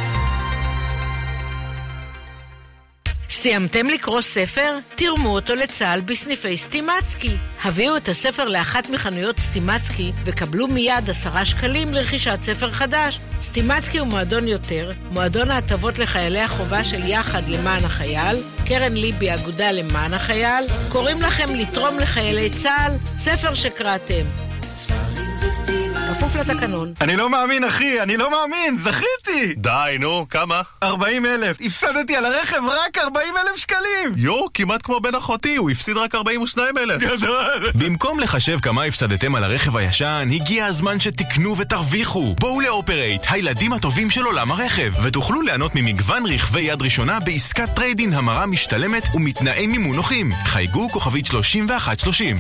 סיימתם לקרוא ספר? תרמו אותו לצהל בסניפי סטימצקי. הביאו את הספר לאחת מחנויות סטימצקי וקבלו מיד עשרה שקלים לרכישת ספר חדש. סטימצקי הוא מועדון יותר, מועדון ההטבות לחיילי החובה של יחד למען החייל, קרן ליבי אגודה למען החייל, קוראים לכם לתרום לחיילי צהל, ספר שקראתם. ספרים כפוף לתקנון. אני לא מאמין, אחי, אני לא מאמין, זכיתי! די, נו, כמה? ארבעים אלף, הפסדתי על הרכב רק ארבעים אלף שקלים! יו, כמעט כמו בן אחותי, הוא הפסיד רק ארבעים ושניים אלף. גדול! במקום לחשב כמה הפסדתם על הרכב הישן, הגיע הזמן שתקנו ותרוויחו. בואו לאופרייט, הילדים הטובים של עולם הרכב, ותוכלו ליהנות ממגוון רכבי יד ראשונה בעסקת טריידין המרה משתלמת ומתנאי מימון נוחים. חייגו כוכבית שלושים ואחת שלושים.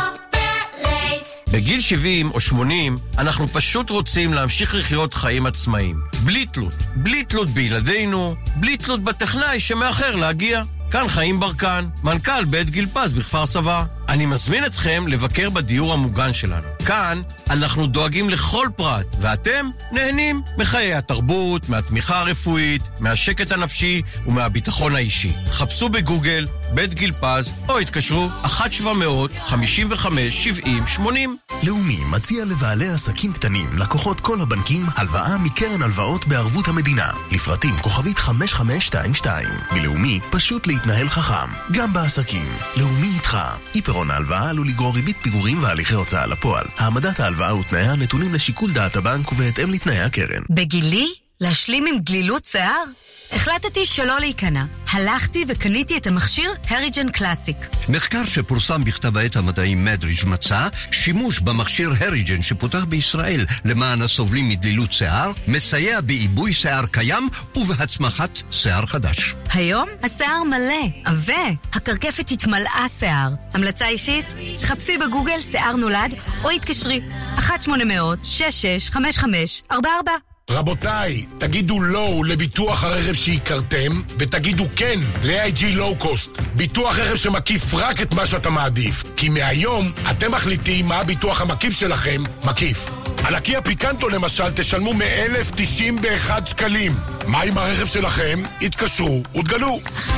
בגיל שבעים או שמונים אנחנו פשוט רוצים להמשיך לחיות חיים עצמאיים. בלי תלות. בלי תלות בילדינו, בלי תלות בטכנאי שמאחר להגיע. כאן חיים ברקן, מנכ"ל בית גיל פז בכפר סבא. אני מזמין אתכם לבקר בדיור המוגן שלנו. כאן אנחנו דואגים לכל פרט, ואתם נהנים מחיי התרבות, מהתמיכה הרפואית, מהשקט הנפשי ומהביטחון האישי. חפשו בגוגל בית גיל פז או התקשרו אחת שבע מאות חמישים וחמש שבעים שמונים. לאומי מציע לבעלי עסקים קטנים, לקוחות כל הבנקים, הלוואה מקרן הלוואות בערבות המדינה. לפרטים כוכבית חמש חמש שתיים שתיים. מלאומי פשוט להתנהל חכם, גם בעסקים. לאומי איתך. עיפרון ההלוואה עלול לגרור ריבית פיגורים והליכי הוצאה לפועל. העמדת ההלוואה ותנאיה נתונים לשיקול דעת הבנק ובהתאם לתנאי הקרן. בגילי? להשלים עם גלילות שיער? החלטתי שלא להיכנע. הלכתי וקניתי את המכשיר הריג'ן קלאסיק. מחקר שפורסם בכתב העת המדעי מדריג' מצא שימוש במכשיר הריג'ן שפותח בישראל למען הסובלים מדלילות שיער מסייע בעיבוי שיער קיים ובהצמחת שיער חדש. היום השיער מלא, עבה, הקרקפת התמלאה שיער. המלצה אישית? חפשי בגוגל שיער נולד או התקשרי אחת שמונה מאות שש שש חמש חמש ארבע ארבע. רבותיי, תגידו לא לביטוח הרכב שהכרתם, ותגידו כן ל-איי ג'י Low Cost. ביטוח רכב שמקיף רק את מה שאתה מעדיף. כי מהיום אתם מחליטים מה הביטוח המקיף שלכם מקיף. על הקיה פיקנטו למשל תשלמו מ-אלף תשעים ואחד שקלים. מה עם הרכב שלכם? התקשרו ותגלו.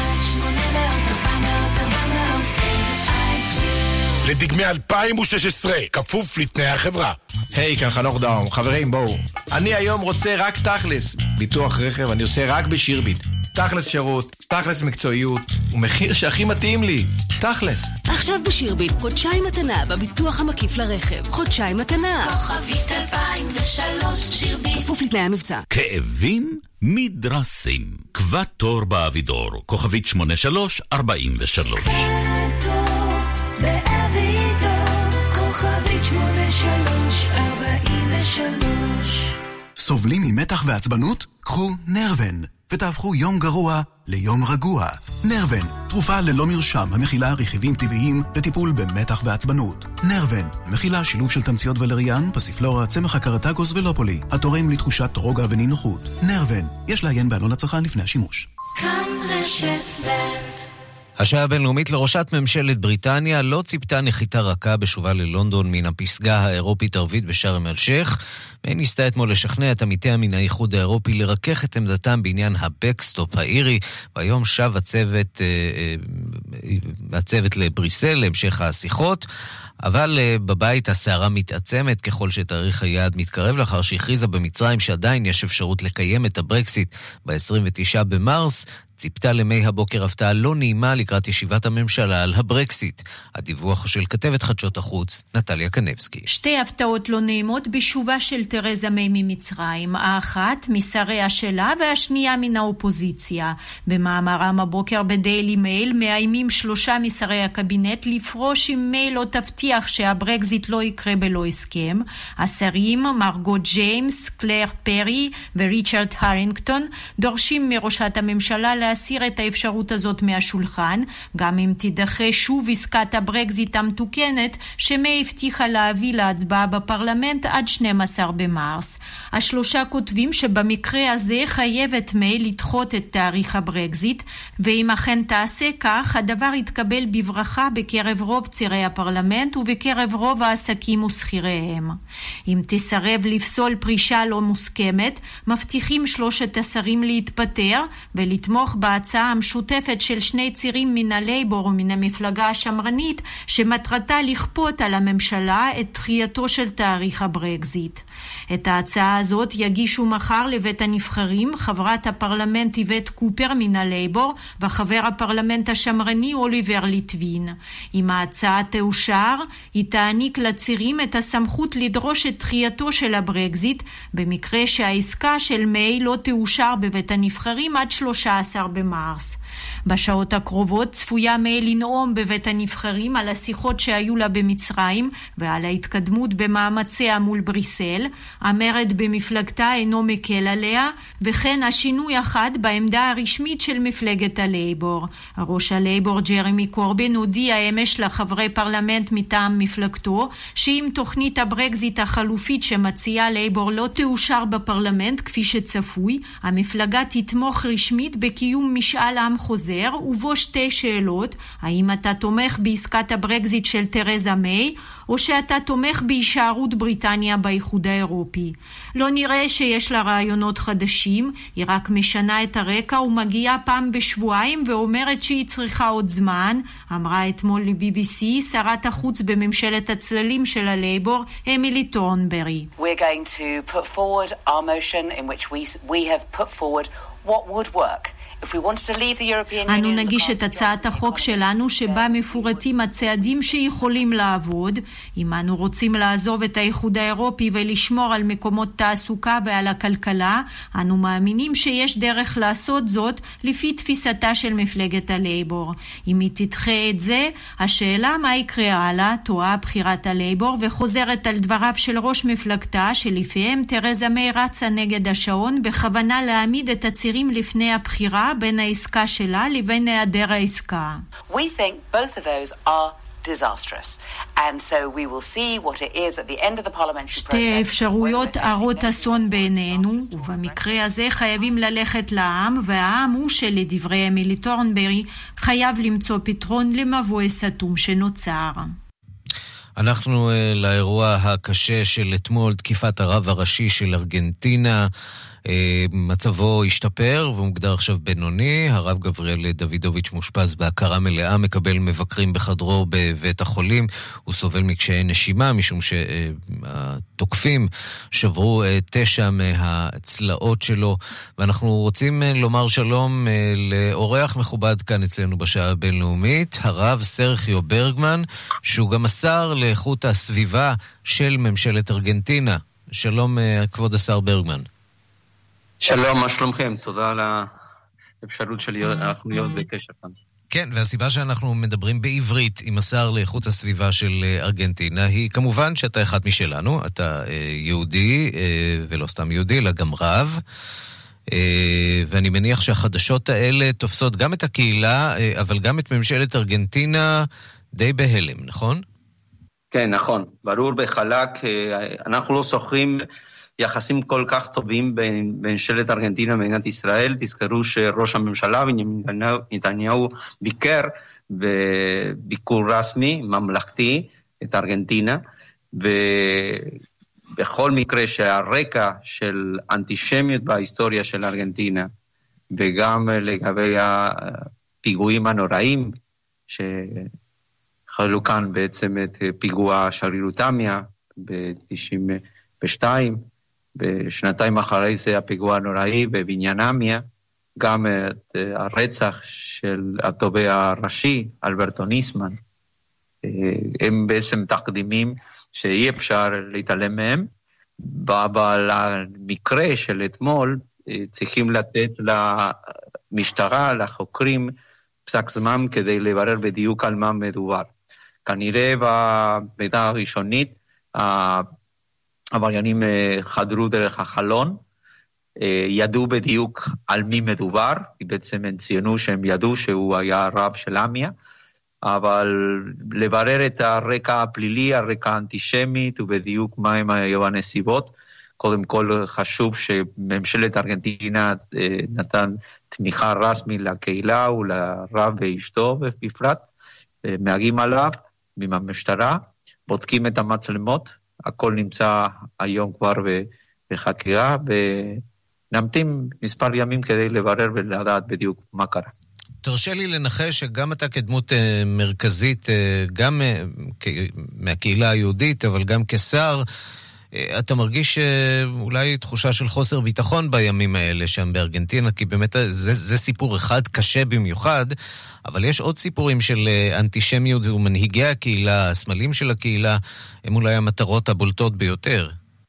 לדגמי אלפיים ושש עשרה, כפוף לתנאי החברה. היי, כאן חנוך דאום. חברים, בואו. אני היום רוצה רק תכלס. ביטוח רכב אני עושה רק בשירביט. תכלס שירות, תכלס מקצועיות, ומחיר שהכי מתאים לי. תכלס. עכשיו בשירביט, חודשיים מתנה בביטוח המקיף לרכב. חודשיים מתנה. כוכבית אלפיים ושלוש, שירביט. כפוף לתנאי המבצע. כאבים מדרסים. קבע תור באבידור. כוכבית שמונה שלוש ארבעים ושלוש. סובלים ממתח ועצבנות? קחו נרוון ותהפכו יום גרוע ליום רגוע. נרוון, תרופה ללא מרשם המכילה רכיבים טבעיים לטיפול במתח ועצבנות. נרוון, מכילה שילוב של תמציות ולריאן, פסיפלורה, צמח הקרטגוס ולופולי, התורם לתחושת רוגע ונינוחות. נרוון, יש לעיין בעלון הצרכן לפני השימוש. כאן רשת ב'. השעה הבינלאומית לראשת ממשלת בריטניה לא ציפתה נחיתה רכה בשובה ללונדון מן הפסגה האירופית ערבית בשארם אל-שייח, והיא ניסתה אתמול לשכנע את עמיתיה מן האיחוד האירופי לרכך את עמדתם בעניין הבקסטופ האירי, והיום שב הצוות, הצוות לבריסל להמשך השיחות, אבל בבית הסערה מתעצמת ככל שתאריך היעד מתקרב, לאחר שהכריזה במצרים שעדיין יש אפשרות לקיים את הברקסיט ב-עשרים ותשעה במרס, ציפתה למי הבוקר הפתעה לא נעימה לקראת ישיבת הממשלה על הברקסיט. הדיווח של כתבת חדשות החוץ, נטליה קנבסקי. שתי הפתעות לא נעימות בשובה של תרזה מיי ממצרים, האחת משריה שלה והשנייה מן האופוזיציה. במאמרם הבוקר בדיילי מייל מאיימים שלושה משרי הקבינט לפרוש אם מיי לא תבטיח שהברקזיט לא יקרה בלא הסכם. השרים מרגוט ג'יימס, קלר פרי וריצ'רד הרינגטון דורשים מראשת הממשלה להסיר את האפשרות הזאת מהשולחן, גם אם תידחה שוב עסקת הברקזיט המתוקנת שמי הבטיחה להביא להצבעה בפרלמנט עד שנים עשר במרס. השלושה כותבים שבמקרה הזה חייבת מי לדחות את תאריך הברקזיט, ואם אכן תעשה כך, הדבר יתקבל בברכה בקרב רוב צירי הפרלמנט ובקרב רוב העסקים ושכיריהם. אם תסרב לפסול פרישה לא מוסכמת, מבטיחים שלושת השרים להתפטר ולתמוך לתמוך בהצעה המשותפת של שני צירים מן הלייבור ומן המפלגה השמרנית, שמטרתה לכפות על הממשלה את דחייתו של תאריך הברקזיט. את ההצעה הזאת יגישו מחר לבית הנבחרים חברת הפרלמנט איבט קופר מן הלייבור וחבר הפרלמנט השמרני אוליבר ליטווין. אם ההצעה תאושר, היא תעניק לצירים את הסמכות לדרוש את דחייתו של הברקזיט, במקרה שהעסקה של מיי לא תאושר בבית הנבחרים עד שלושה עשר במרס. בשעות הקרובות צפויה מיי לנאום בבית הנבחרים על השיחות שהיו לה במצרים ועל ההתקדמות במאמציה מול בריסל. המרד במפלגתה אינו מקל עליה, וכן השינוי אחד בעמדה הרשמית של מפלגת הלייבור. ראש הלייבור ג'רמי קורבין הודיע אמש לחברי פרלמנט מטעם מפלגתו שאם תוכנית הברקזיט החלופית שמציעה לייבור לא תאושר בפרלמנט כפי שצפוי, המפלגה תתמוך רשמית בקיום משאל עם חוזר ובו שתי שאלות: האם אתה תומך בעסקת הברקזיט של תרזה מיי או שאתה תומך בהישארות בריטניה באיחוד האירופי. לא נראה שיש לה רעיונות חדשים, היא רק משנה את הרקע ומגיעה פעם בשבועיים ואומרת שהיא צריכה עוד זמן, אמרה אתמול ל-בי בי סי שרת החוץ בממשלת הצללים של הלייבור, אמילי טורנברי. We're going to put forward our motion in which we, we have put forward what would work. אנו נגיש את הצעת החוק שלנו שבה מפורטים הצעדים שיכולים לעבוד. אם אנו רוצים לעזוב את האיחוד האירופי ולשמור על מקומות תעסוקה ועל הכלכלה, אנו מאמינים שיש דרך לעשות זאת לפי תפיסתה של מפלגת הלייבור. אם היא תדחה את זה, השאלה מה יקרה הלאה, טועה בחירת הלייבור וחוזרת על דבריו של ראש מפלגתה שלפיהם תרזה מיי רצה נגד השעון בכוונה להעמיד את הצירים לפני הבחירה בין העסקה שלה לבין היעדר העסקה. We think both of those are disastrous. And so we will see what it is at the end of the parliamentary process. שתי אפשרויות הרות אסון בעינינו, ובמקרה הזה חייבים ללכת לעם, והעם הוא שלדברי אמילי טורנברי חייב למצוא פתרון למבוי סתום שנוצר. אנחנו לאירוע הקשה של אתמול, תקיפת הרב הראשי של ארגנטינה. מצבו השתפר ומוגדר עכשיו בינוני. הרב גבריאל דוידוביץ' מושפז בהכרה מלאה, מקבל מבקרים בחדרו בבית החולים. הוא סובל מקשיי נשימה משום שהתוקפים שברו תשע מהצלעות שלו. ואנחנו רוצים לומר שלום לאורח מכובד כאן אצלנו בשעה הבינלאומית, הרב סרחיו ברגמן, שהוא גם השר לאיכות הסביבה של ממשלת ארגנטינה. שלום כבוד השר ברגמן. שלום, מה שלומכם? תודה על האפשרות שלי, אנחנו להיות בקשר כאן. כן, והסיבה שאנחנו מדברים בעברית עם השר לאיכות הסביבה של ארגנטינה היא כמובן שאתה אחד משלנו, אתה יהודי, ולא סתם יהודי, אלא גם רב, ואני מניח שהחדשות האלה תופסות גם את הקהילה, אבל גם את ממשלת ארגנטינה די בהלם, נכון? כן, נכון. ברור בחלק, אנחנו לא זוכרים יחסים כל כך טובים בין ממשלת ארגנטינה ומדינת ישראל. תזכרו שראש הממשלה בנימין נתניהו ביקר בביקור רשמי, ממלכתי, את ארגנטינה, ובכל מקרה שהרקע של אנטישמיות בהיסטוריה של ארגנטינה, וגם לגבי הפיגועים הנוראים, שחלו כאן בעצם את פיגוע שרירותמיה ב-תשעים ושתיים, בשנתיים אחרי זה הפיגוע הנוראי בבניינמיה, גם את הרצח של התובע הראשי, אלברטו ניסמן. הם בעצם תקדימים שאי אפשר להתעלם מהם. אבל המקרה של אתמול צריכים לתת למשטרה, לחוקרים, פסק זמן כדי לברר בדיוק על מה מדובר. כנראה במידע הראשונית, העבריינים חדרו דרך החלון, ידעו בדיוק על מי מדובר, כי בעצם הם ציינו שהם ידעו שהוא היה רב של אמיה, אבל לברר את הרקע הפלילי, הרקע האנטישמית, ובדיוק מהם היו הנסיבות. קודם כל חשוב שממשלת ארגנטינה נתן תמיכה רשמית לקהילה ולרב ואשתו בפרט, מהגים עליו מהמשטרה, בודקים את המצלמות, הכל נמצא היום כבר בחקירה, נמתין מספר ימים כדי לברר ולדעת בדיוק מה קרה. תרשה לי לנחש שגם אתה כדמות מרכזית, גם מהקהילה היהודית, אבל גם כשר, אתה מרגיש אולי תחושה של חוסר ביטחון בימים האלה שם בארגנטינה, כי באמת זה, זה סיפור אחד קשה במיוחד, אבל יש עוד סיפורים של אנטישמיות ומנהיגי הקהילה, הסמלים של הקהילה, הם אולי המטרות הבולטות ביותר.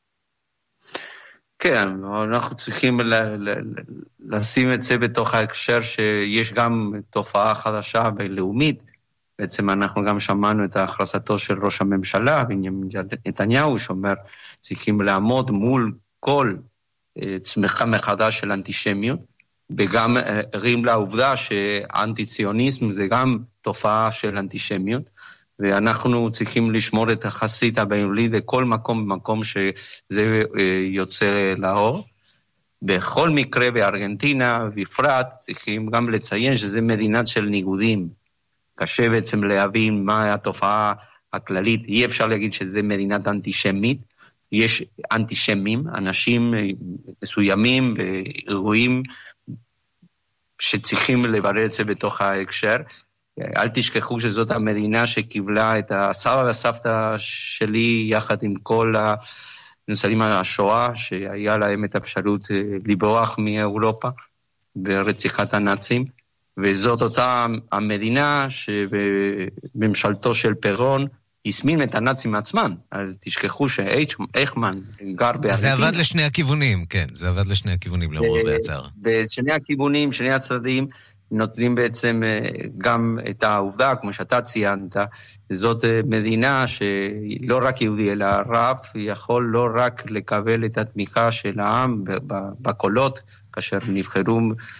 כן, אנחנו צריכים ל- ל- לשים את זה בתוך ההקשר שיש גם תופעה חדשה בינלאומית. בעצם אנחנו גם שמענו את ההכרזתו של ראש הממשלה, בנימין נתניהו, שאומר, צריכים לעמוד מול כל צמיחה מחדש של אנטישמיות, וגם ערים לעובדה שאנטי-ציוניזם זה גם תופעה של אנטישמיות, ואנחנו צריכים לשמור את החסית הבינלאומית בכל מקום במקום שזה יוצא לאור. בכל מקרה בארגנטינה, בפרט, צריכים גם לציין שזה מדינה של ניגודים. קשה בעצם להבין מה התופעה הכללית. אי אפשר להגיד שזה מדינת אנטישמית. יש אנטישמים, אנשים מסוימים ואירועים שצריכים לברר את זה בתוך ההקשר. אל תשכחו שזאת המדינה שקיבלה את הסבא והסבתא שלי יחד עם כל הניצולים מהשואה, שהיה להם את האפשרות לברוח מאירופה ברציחת הנאצים, וזאת אותה המדינה שבממשלתו של פרון הסמין את הנאצים עצמם. אל תשכחו שאייכמן גר בארגנטינה. זה עבד לשני הכיוונים, כן, זה עבד לשני הכיוונים למרות בהצער. בשני הכיוונים, שני הצדדים, נותנים בעצם גם את העובדה, כמו שאתה ציינת, זאת מדינה שלא רק יהודי אלא רב, יכול לא רק לקבל את התמיכה של העם בקולות, כאשר נבחרו,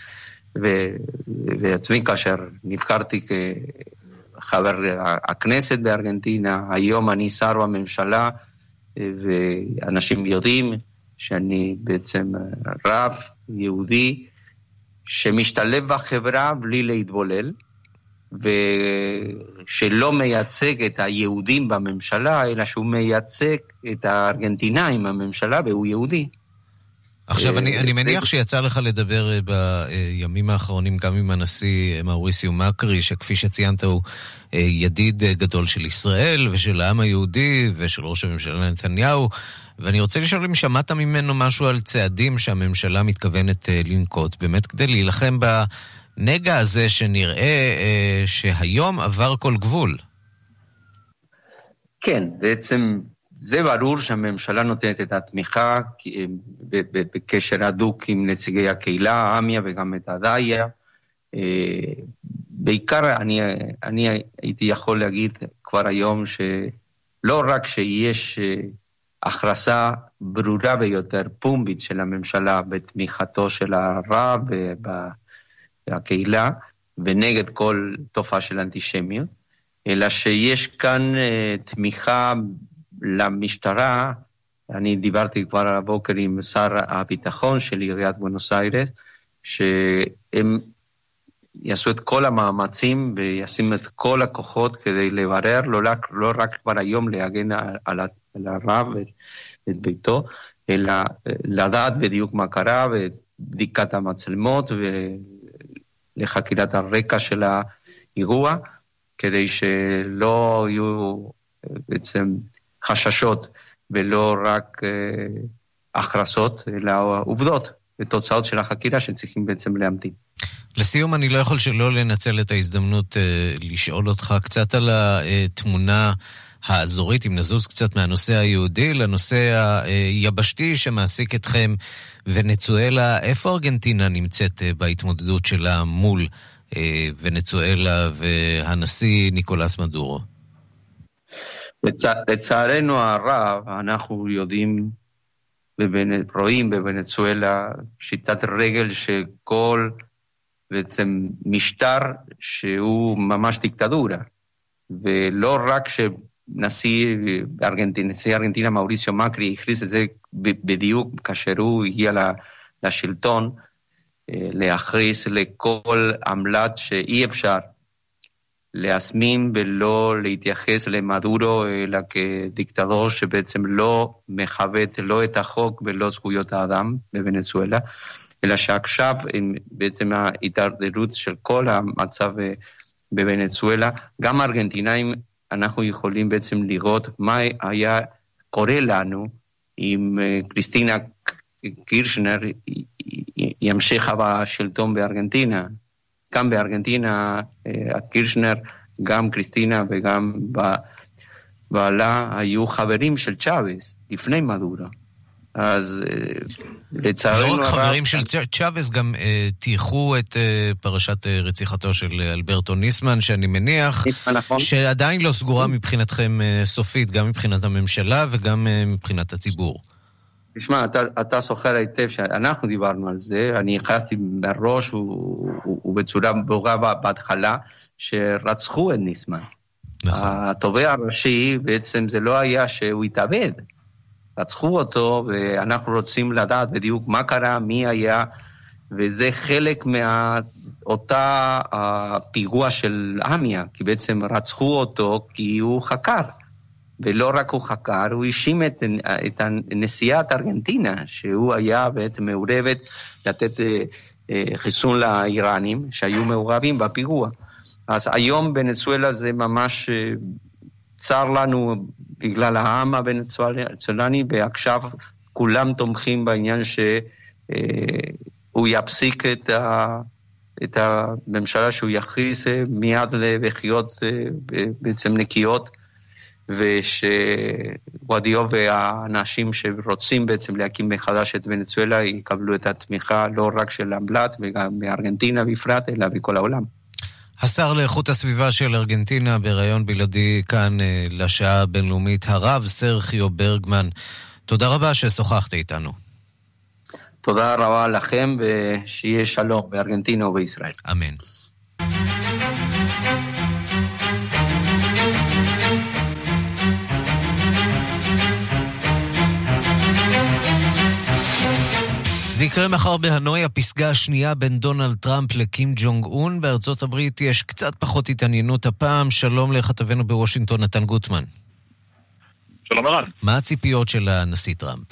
ועצמי כאשר נבחרתי כחבר הכנסת בארגנטינה, היום אני שר בממשלה, ואנשים יודעים שאני בעצם רב יהודי, שמשתלב בחברה בלי להתבולל, ושלא מייצג את היהודים בממשלה, אלא שהוא מייצג את הארגנטינאים בממשלה, והוא יהודי. עכשיו, אני, אני מניח שיצא לך לדבר בימים האחרונים גם עם הנשיא מאוריסיו מקרי, שכפי שציינת הוא ידיד גדול של ישראל ושל העם היהודי ושל ראש הממשלה נתניהו, ואני רוצה לשאול אם שמעת ממנו משהו על צעדים שהממשלה מתכוונת לנקוט, באמת כדי להילחם בנגע הזה שנראה שהיום עבר כל גבול. כן, בעצם זה ברור שהממשלה נותנת את התמיכה בקשר הדוק עם נציגי הקהילה, עמיה וגם את הדאיה. בעיקר אני, אני הייתי יכול להגיד כבר היום שלא רק שיש הכרזה ברורה ביותר, פומבית של הממשלה בתמיכתו של הרב והקהילה ונגד כל תופעה של אנטישמיות, אלא שיש כאן תמיכה למשטרה. אני דיברתי כבר על הבוקר עם שר הביטחון של עיריית בואנוס איירס, שהם יעשו את כל המאמצים וישימו את כל הכוחות כדי לברר, לא רק, לא רק כבר היום להגן על, על הרב ואת ביתו, אלא לדעת בדיוק מה קרה ובדיקת המצלמות ולחקירת הרקע של האירוע, כדי שלא יהיו בעצם חששות ולא רק הכרזות, אלא עובדות ותוצאות של החקירה שצריכים בעצם להמתין. לסיום, אני לא יכול שלא לנצל את ההזדמנות אה, לשאול אותך קצת על התמונה האזורית, אם נזוז קצת מהנושא היהודי לנושא היבשתי שמעסיק אתכם, ונצואלה. איפה ארגנטינה נמצאת אה, בהתמודדות שלה מול אה, ונצואלה והנשיא ניקולס מדורו? לצע... לצערנו הרב, אנחנו יודעים, רואים בוונצואלה שיטת רגל שכל בעצם משטר שהוא ממש דיקטטורה, ולא רק שנשיא ארגנטינה, נשיא ארגנטינה מאוריסיו מקרי הכריז את זה בדיוק כאשר הוא הגיע לשלטון, להכריז לכל עמלת שאי אפשר להסמים ולא להתייחס למדורו, אלא כדיקטדור שבעצם לא מכבד לא את החוק ולא זכויות האדם בוונצואלה, אלא שעכשיו בעצם ההתדרדרות של כל המצב בוונצואלה, גם ארגנטינאים, אנחנו יכולים בעצם לראות מה היה קורה לנו אם קריסטינה קירשנר ימשיכה בשלטון בארגנטינה. גם בארגנטינה, קירשנר, גם קריסטינה וגם בעלה היו חברים של צ'אבס, לפני מדורה. אז לצערנו... לא רק חברים של צ'אבס, גם תייכו את פרשת רציחתו של אלברטו ניסמן, שאני מניח שעדיין לא סגורה מבחינתכם סופית, גם מבחינת הממשלה וגם מבחינת הציבור. תשמע, אתה, אתה סוחר היטב שאנחנו דיברנו על זה, אני חייבתי בראש ובצורה ברורה בהתחלה, שרצחו את ניסמן. נכון. התובע הראשי בעצם זה לא היה שהוא התאבד, רצחו אותו, ואנחנו רוצים לדעת בדיוק מה קרה, מי היה, וזה חלק מאותה פיגוע של אמיה, כי בעצם רצחו אותו כי הוא חקר. ולא רק הוא חקר, הוא האשים את, את נשיאת ארגנטינה, שהוא היה בעצם מעורבת לתת אה, חיסון לאיראנים, שהיו מעורבים בפיגוע. אז היום ונצואלה זה ממש אה, צר לנו בגלל העם הוונצואלני, ועכשיו כולם תומכים בעניין שהוא יפסיק את, ה, את הממשלה, שהוא יכריז מיד לחיות אה, בעצם נקיות, ושוודיו והאנשים שרוצים בעצם להקים מחדש את ונצואלה יקבלו את התמיכה לא רק של הבלט וגם בארגנטינה בפרט, אלא בכל העולם. השר לאיכות הסביבה של ארגנטינה בראיון בלעדי כאן לשעה הבינלאומית, הרב סרחיו ברגמן, תודה רבה ששוחחת איתנו. תודה רבה לכם, ושיהיה שלום בארגנטינה ובישראל. אמן. זה יקרה מחר בהנוי, הפסגה השנייה בין דונלד טראמפ לקים ג'ונג און. בארצות הברית יש קצת פחות התעניינות הפעם. שלום לכתבנו בוושינגטון, נתן גוטמן. שלום ערן. מה הציפיות של הנשיא טראמפ?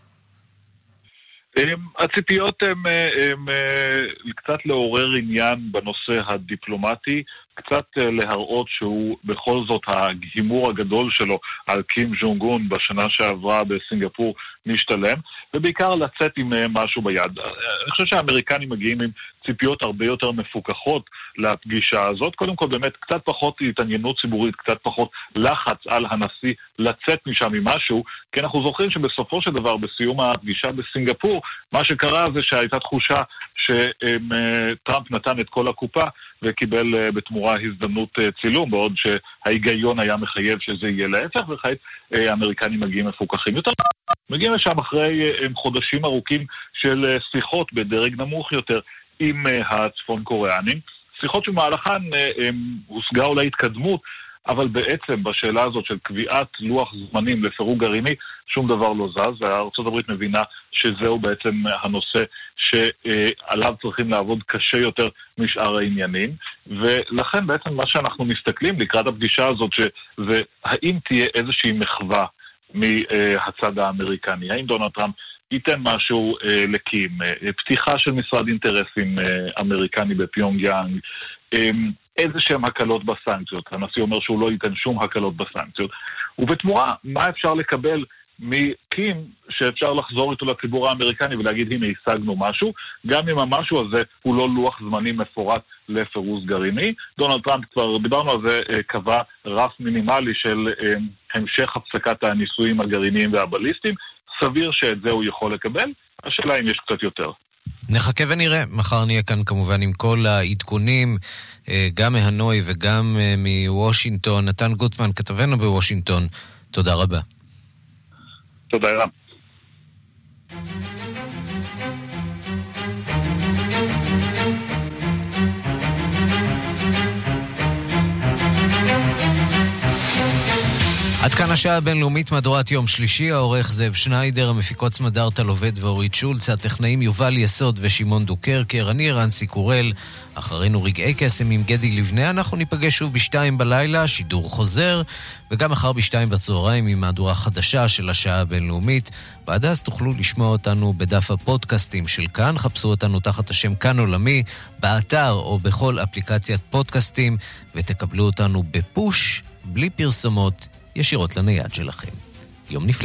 הציפיות הן קצת לעורר עניין בנושא הדיפלומטי, קצת להראות שהוא בכל זאת ההימור הגדול שלו על קים ג'ונג און בשנה שעברה בסינגפור משתלם, ובעיקר לצאת עם משהו ביד. אני חושב שהאמריקנים מגיעים עם ציפיות הרבה יותר מפוקחות לפגישה הזאת. קודם כל באמת קצת פחות התעניינות ציבורית, קצת פחות לחץ על הנשיא לצאת משם עם משהו, כי אנחנו זוכרים שבסופו של דבר בסיום הפגישה בסינגפור, מה שקרה זה שהייתה תחושה שטראמפ נתן את כל הקופה וקיבל בתמורה הזדמנות צילום, בעוד שההיגיון היה מחייב שזה יהיה להפך, וכעת האמריקנים מגיעים מפוקחים יותר. מגיעים לשם אחרי חודשים ארוכים של שיחות בדרג נמוך יותר עם הצפון קוריאנים, שיחות שמהלכן הושגה אולי התקדמות, אבל בעצם בשאלה הזאת של קביעת לוח זמנים לפירוק גרעיני, שום דבר לא זז, וארצות הברית מבינה שזהו בעצם הנושא שעליו צריכים לעבוד קשה יותר משאר העניינים, ולכן בעצם מה שאנחנו מסתכלים לקראת הפגישה הזאת, שזה האם תהיה איזושהי מחווה מהצד האמריקני, האם דונלד טראמפ ייתן משהו אה, לקים, אה, פתיחה של משרד אינטרסים אה, אמריקני בפיונג יאנג, אה, איזה שהם הקלות בסנקציות. הנשיא אומר שהוא לא ייתן שום הקלות בסנקציות. ובתמורה, מה אפשר לקבל מקים שאפשר לחזור איתו לציבור האמריקני ולהגיד, הנה, השגנו משהו, גם אם המשהו הזה הוא לא לוח זמנים מפורט לפירוז גרעיני. דונלד טראמפ, כבר דיברנו על זה, אה, קבע רף מינימלי של אה, המשך הפסקת הניסויים הגרעיניים והבליסטיים, סביר שאת זה הוא יכול לקבל, השאלה אם יש קצת יותר. נחכה ונראה, מחר נהיה כאן כמובן עם כל העדכונים, גם מהנוי וגם מוושינגטון. נתן גוטמן, כתבנו בוושינגטון, תודה רבה. תודה רבה. עד כאן השעה הבינלאומית, מהדורת יום שלישי, העורך זאב שניידר, המפיקות סמדר טלובד ואורית שולץ, הטכנאים יובל יסוד ושימון דוקרקר, אני רנסי קורל, אחרינו רגעי קסם עם גדי לבנה, אנחנו ניפגש שוב בשתיים בלילה, שידור חוזר, וגם מחר בשתיים בצהריים עם מהדורה חדשה של השעה הבינלאומית. בעד אז תוכלו לשמוע אותנו בדף הפודקאסטים של כאן, חפשו אותנו תחת השם כאן עולמי, באתר או בכל אפליקציית פודקאסטים, ותקבלו אותנו בפוש, בלי פרסומות, ישירות לנייד שלכם. יום נפלא.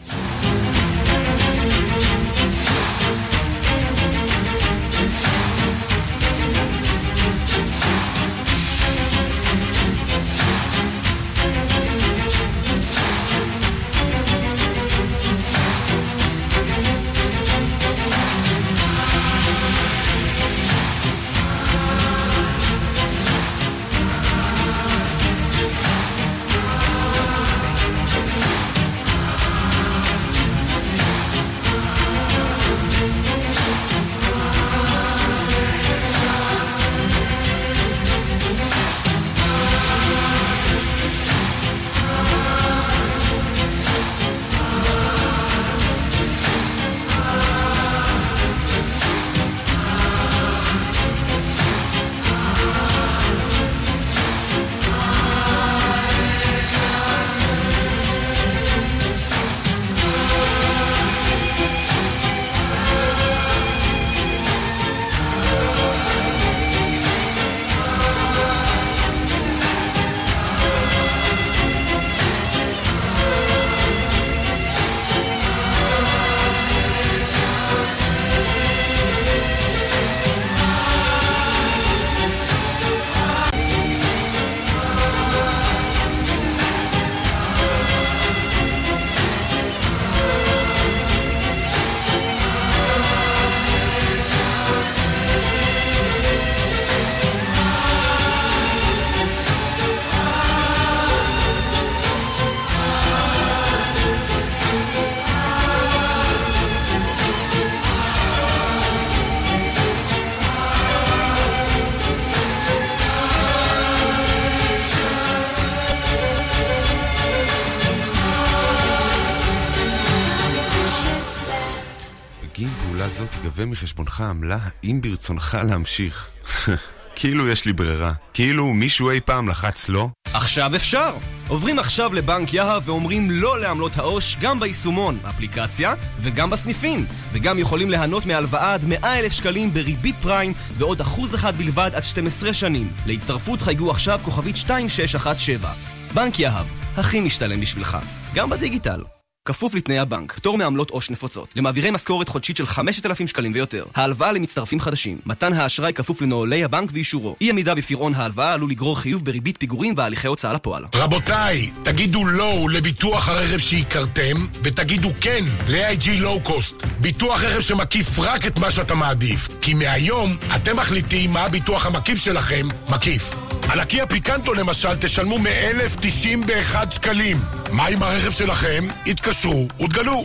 תגבה מחשבונך עמלה, האם ברצונך להמשיך? כאילו יש לי ברירה. כאילו מישהו אי פעם לחץ לא? עכשיו אפשר! עוברים עכשיו לבנק יהב ואומרים לא לעמלות העו"ש גם ביישומון, אפליקציה וגם בסניפים, וגם יכולים ליהנות מהלוואה עד מאה אלף שקלים בריבית פריים ועוד אחוז אחד בלבד עד שתים עשרה שנים. להצטרפות חייגו עכשיו כוכבית שתיים שש אחת שבע. בנק יהב, הכי משתלם בשבילך, גם בדיגיטל. כפוף לתנאי הבנק, פטור מעמלות עו"ש נפוצות, למעבירי משכורת חודשית של חמשת אלפים שקלים ויותר. ההלוואה למצטרפים חדשים, מתן האשראי כפוף לנוהלי הבנק ואישורו. אי עמידה בפירעון ההלוואה עלול לגרור חיוב בריבית פיגורים והליכי הוצאה לפועל. רבותיי, תגידו לא לביטוח הרכב שהכרתם, ותגידו כן ל-איי ג'י Low Cost. ביטוח רכב שמקיף רק את מה שאתה מעדיף, כי מהיום אתם מחליטים מה הביטוח המקיף שלכם מקיף. על הקיה פיקנטו למשל תשלמו מ-אלף תשעים ואחד שקלים. מה עם הרכב שלכם? התקשרו ותגלו.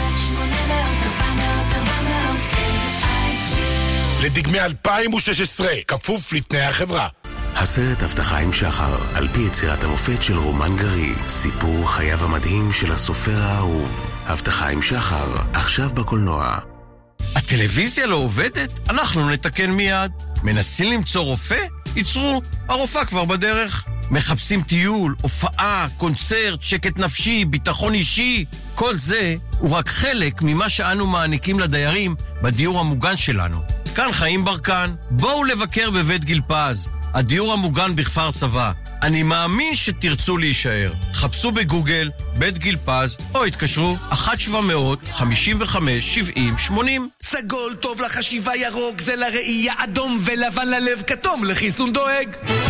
לדגמי אלפיים ושש עשרה, כפוף לתנאי החברה. הסרט הבטחה עם שחר, על פי יצירת המופת של רומן גרי, סיפור חייו המדהים של הסופר האהוב. הבטחה עם שחר, עכשיו בקולנוע. הטלוויזיה לא עובדת? אנחנו נתקן מיד. מנסים למצוא רופא? ייצרו, הרופאה כבר בדרך. מחפשים טיול, הופעה, קונצרט, שקט נפשי, ביטחון אישי. כל זה הוא רק חלק ממה שאנו מעניקים לדיירים בדיור המוגן שלנו. כאן חיים ברקן, בואו לבקר בבית גיל פז, הדיור המוגן בכפר סבא. אני מאמין שתרצו להישאר. חפשו בגוגל בית גיל פז או התקשרו אחת שבע מאות חמישים וחמש שבעים שמונים. סגול טוב לחשיבה, ירוק זה לראייה, אדום ולבן ללב, כתום לחיסון דואג.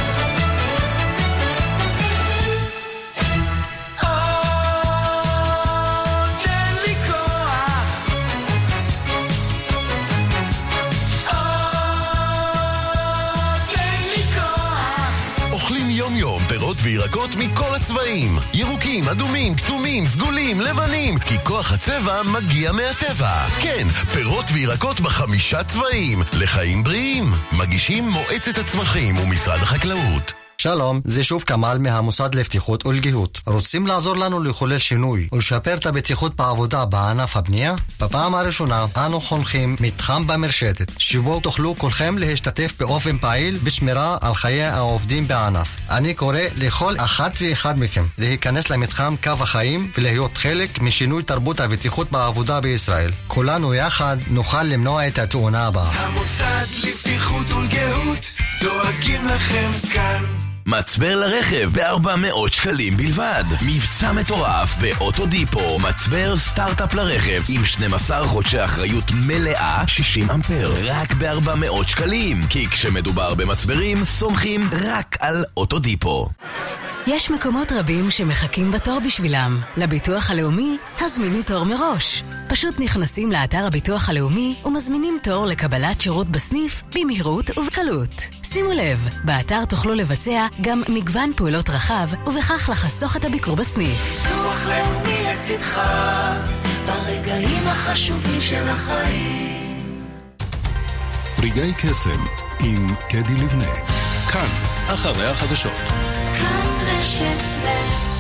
יום פירות וירקות מכל הצבעים, ירוקים, אדומים, כתומים, סגולים, לבנים, כי כוח הצבע מגיע מהטבע. כן, פירות וירקות בחמישה צבעים, לחיים בריאים. מגישים מועצת הצמחים ומשרד החקלאות. שלום, זה שוב כמאל מהמוסד לבטיחות ולגיהות. רוצים לעזור לנו לחולל שינוי ולשפר את הבטיחות בעבודה בענף הבנייה? בפעם הראשונה אנו חונכים מתחם במרשתת, שבו תוכלו כולכם להשתתף באופן פעיל בשמירה על חיי העובדים בענף. אני קורא לכל אחת ואחד מכם להיכנס למתחם קו החיים ולהיות חלק משינוי תרבות הבטיחות בעבודה בישראל. כולנו יחד נוכל למנוע את התאונה הבאה. המוסד לבטיחות ולגיהות דואגים לכם כאן. מצבר לרכב ב-ארבע מאות שקלים בלבד. מבצע מטורף באוטודיפו. מצבר סטארט-אפ לרכב עם שנים עשר חודשי אחריות מלאה, שישים אמפר. רק ב-ארבע מאות שקלים. כי כשמדובר במצברים, סומכים רק על אוטודיפו. יש מקומות רבים שמחכים בתור בשבילם. לביטוח הלאומי, הזמינו תור מראש. פשוט נכנסים לאתר הביטוח הלאומי ומזמינים תור לקבלת שירות בסניף במהירות ובקלות. שימו לב, באתר תוכלו לבצע גם מגוון פעולות רחב ובכך לחסוך את הביקור בסניף. ביטוח לאומי לצדך ברגעים החשובים של החיים. רגעי קסם עם קדי לבנה. כאן, אחרי החדשות. כאן רשת ב'